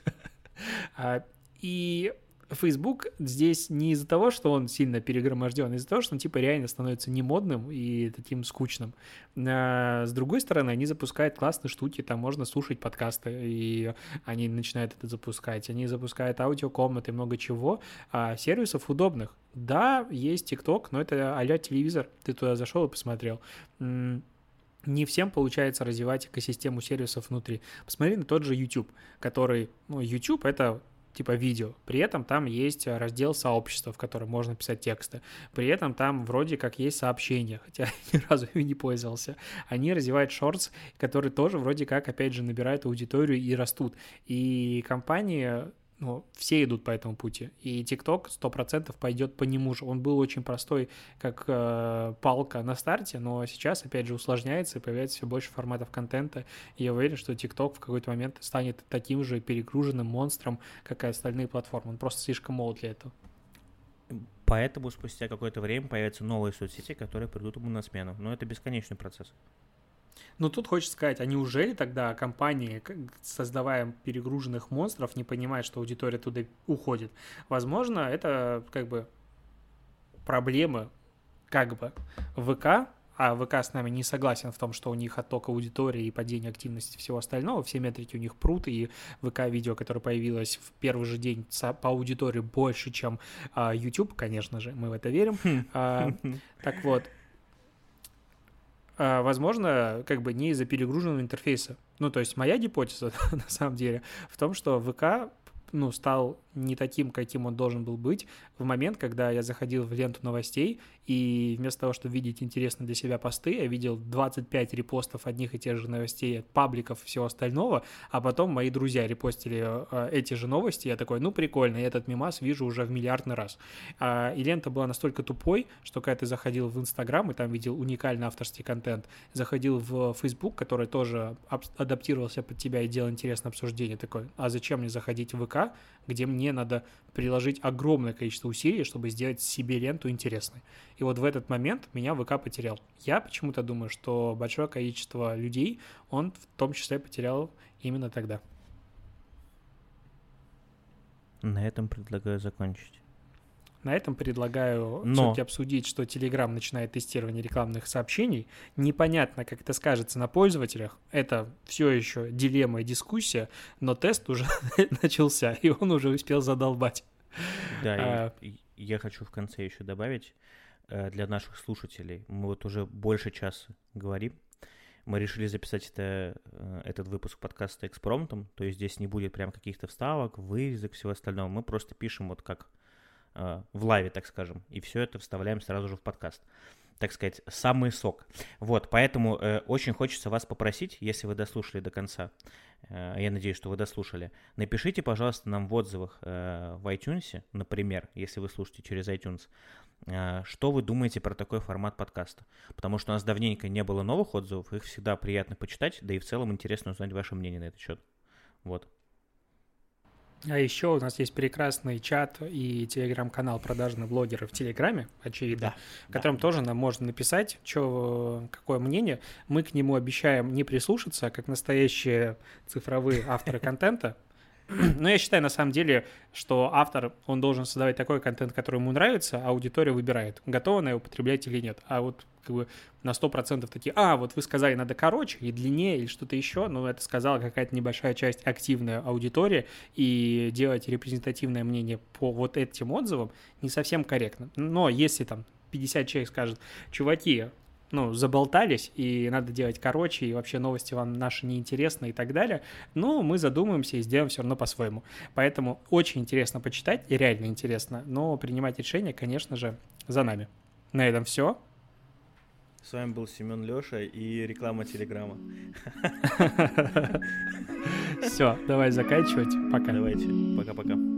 И Facebook здесь не из-за того, что он сильно перегроможден, а из-за того, что он типа реально становится немодным и таким скучным. С другой стороны, они запускают классные штуки, там можно слушать подкасты, и они начинают это запускать. Они запускают аудиокомнаты, много чего, а сервисов удобных. Да, есть TikTok, но это а-ля телевизор. Ты туда зашел и посмотрел. Не всем получается развивать экосистему сервисов внутри. Посмотри на тот же YouTube, который, ну, YouTube — это типа видео. При этом там есть раздел сообщества, в котором можно писать тексты. При этом там вроде как есть сообщения, хотя ни разу ими не пользовался. Они развивают шортс, которые тоже вроде как, опять же, набирают аудиторию и растут. И компании... Ну, все идут по этому пути, и TikTok сто процентов пойдет по нему же. Он был очень простой, как э, палка на старте, но сейчас, опять же, усложняется и появляется все больше форматов контента, и я уверен, что TikTok в какой-то момент станет таким же перегруженным монстром, как и остальные платформы. Он просто слишком молод для этого. Поэтому спустя какое-то время появятся новые соцсети, которые придут ему на смену. Но это бесконечный процесс. Ну, тут хочется сказать, а неужели тогда компании, создавая перегруженных монстров, не понимают, что аудитория туда уходит? Возможно, это как бы проблемы как бы ВК, а ВК с нами не согласен в том, что у них отток аудитории и падение активности и всего остального, все метрики у них прут, и ВК-видео, которое появилось в первый же день по аудитории больше, чем а, YouTube, конечно же, мы в это верим. А, так вот. Возможно, как бы не из-за перегруженного интерфейса. Ну, то есть моя гипотеза, на самом деле, в том, что ВК, ну, стал не таким, каким он должен был быть в момент, когда я заходил в ленту новостей, и вместо того, чтобы видеть интересные для себя посты, я видел двадцать пять репостов одних и тех же новостей от пабликов и всего остального, а потом мои друзья репостили э, эти же новости, я такой, ну, прикольно, я этот мемас вижу уже в миллиардный раз. А, и лента была настолько тупой, что когда ты заходил в Инстаграм и там видел уникальный авторский контент, заходил в Фейсбук, который тоже адаптировался под тебя и делал интересное обсуждение, такой, а зачем мне заходить в ВК, где мне надо приложить огромное количество усилий, чтобы сделать себе ленту интересной. И вот в этот момент меня ВК потерял. Я почему-то думаю, что большое количество людей он в том числе потерял именно тогда. На этом предлагаю закончить. На этом предлагаю Но... все-таки обсудить, что Telegram начинает тестирование рекламных сообщений. Непонятно, как это скажется на пользователях. Это все еще дилемма и дискуссия, но тест уже начался, и он уже успел задолбать. Да, а... и я хочу в конце еще добавить для наших слушателей. Мы вот уже больше часа говорим. Мы решили записать это, этот выпуск подкаста экспромтом, то есть здесь не будет прям каких-то вставок, вырезок, всего остального. Мы просто пишем вот как в лайве, так скажем, и все это вставляем сразу же в подкаст. Так сказать, самый сок. Вот, поэтому э, очень хочется вас попросить, если вы дослушали до конца, э, я надеюсь, что вы дослушали, напишите, пожалуйста, нам в отзывах э, в iTunes, например, если вы слушаете через iTunes, э, что вы думаете про такой формат подкаста. Потому что у нас давненько не было новых отзывов, их всегда приятно почитать, да и в целом интересно узнать ваше мнение на этот счет. Вот. А еще у нас есть прекрасный чат и телеграм-канал продажных блогеров в Телеграме, очевидно, да, в котором да. тоже нам можно написать, что, какое мнение. Мы к нему обещаем не прислушаться, как настоящие цифровые авторы контента. Но я считаю, на самом деле, что автор, он должен создавать такой контент, который ему нравится, а аудитория выбирает, готова она его употреблять или нет. А вот как бы на сто процентов такие, а, вот вы сказали, надо короче и длиннее или что-то еще, но это сказала какая-то небольшая часть активной аудитории, и делать репрезентативное мнение по вот этим отзывам не совсем корректно. Но если там пятьдесят человек скажет, чуваки, ну, заболтались, и надо делать короче, и вообще новости вам наши неинтересны и так далее, ну, мы задумаемся и сделаем все равно по-своему. Поэтому очень интересно почитать, и реально интересно, но принимать решение, конечно же, за нами. На этом все. С вами был Семен Леша и реклама Телеграма. Все, давай заканчивать. Пока. Давайте. Пока-пока.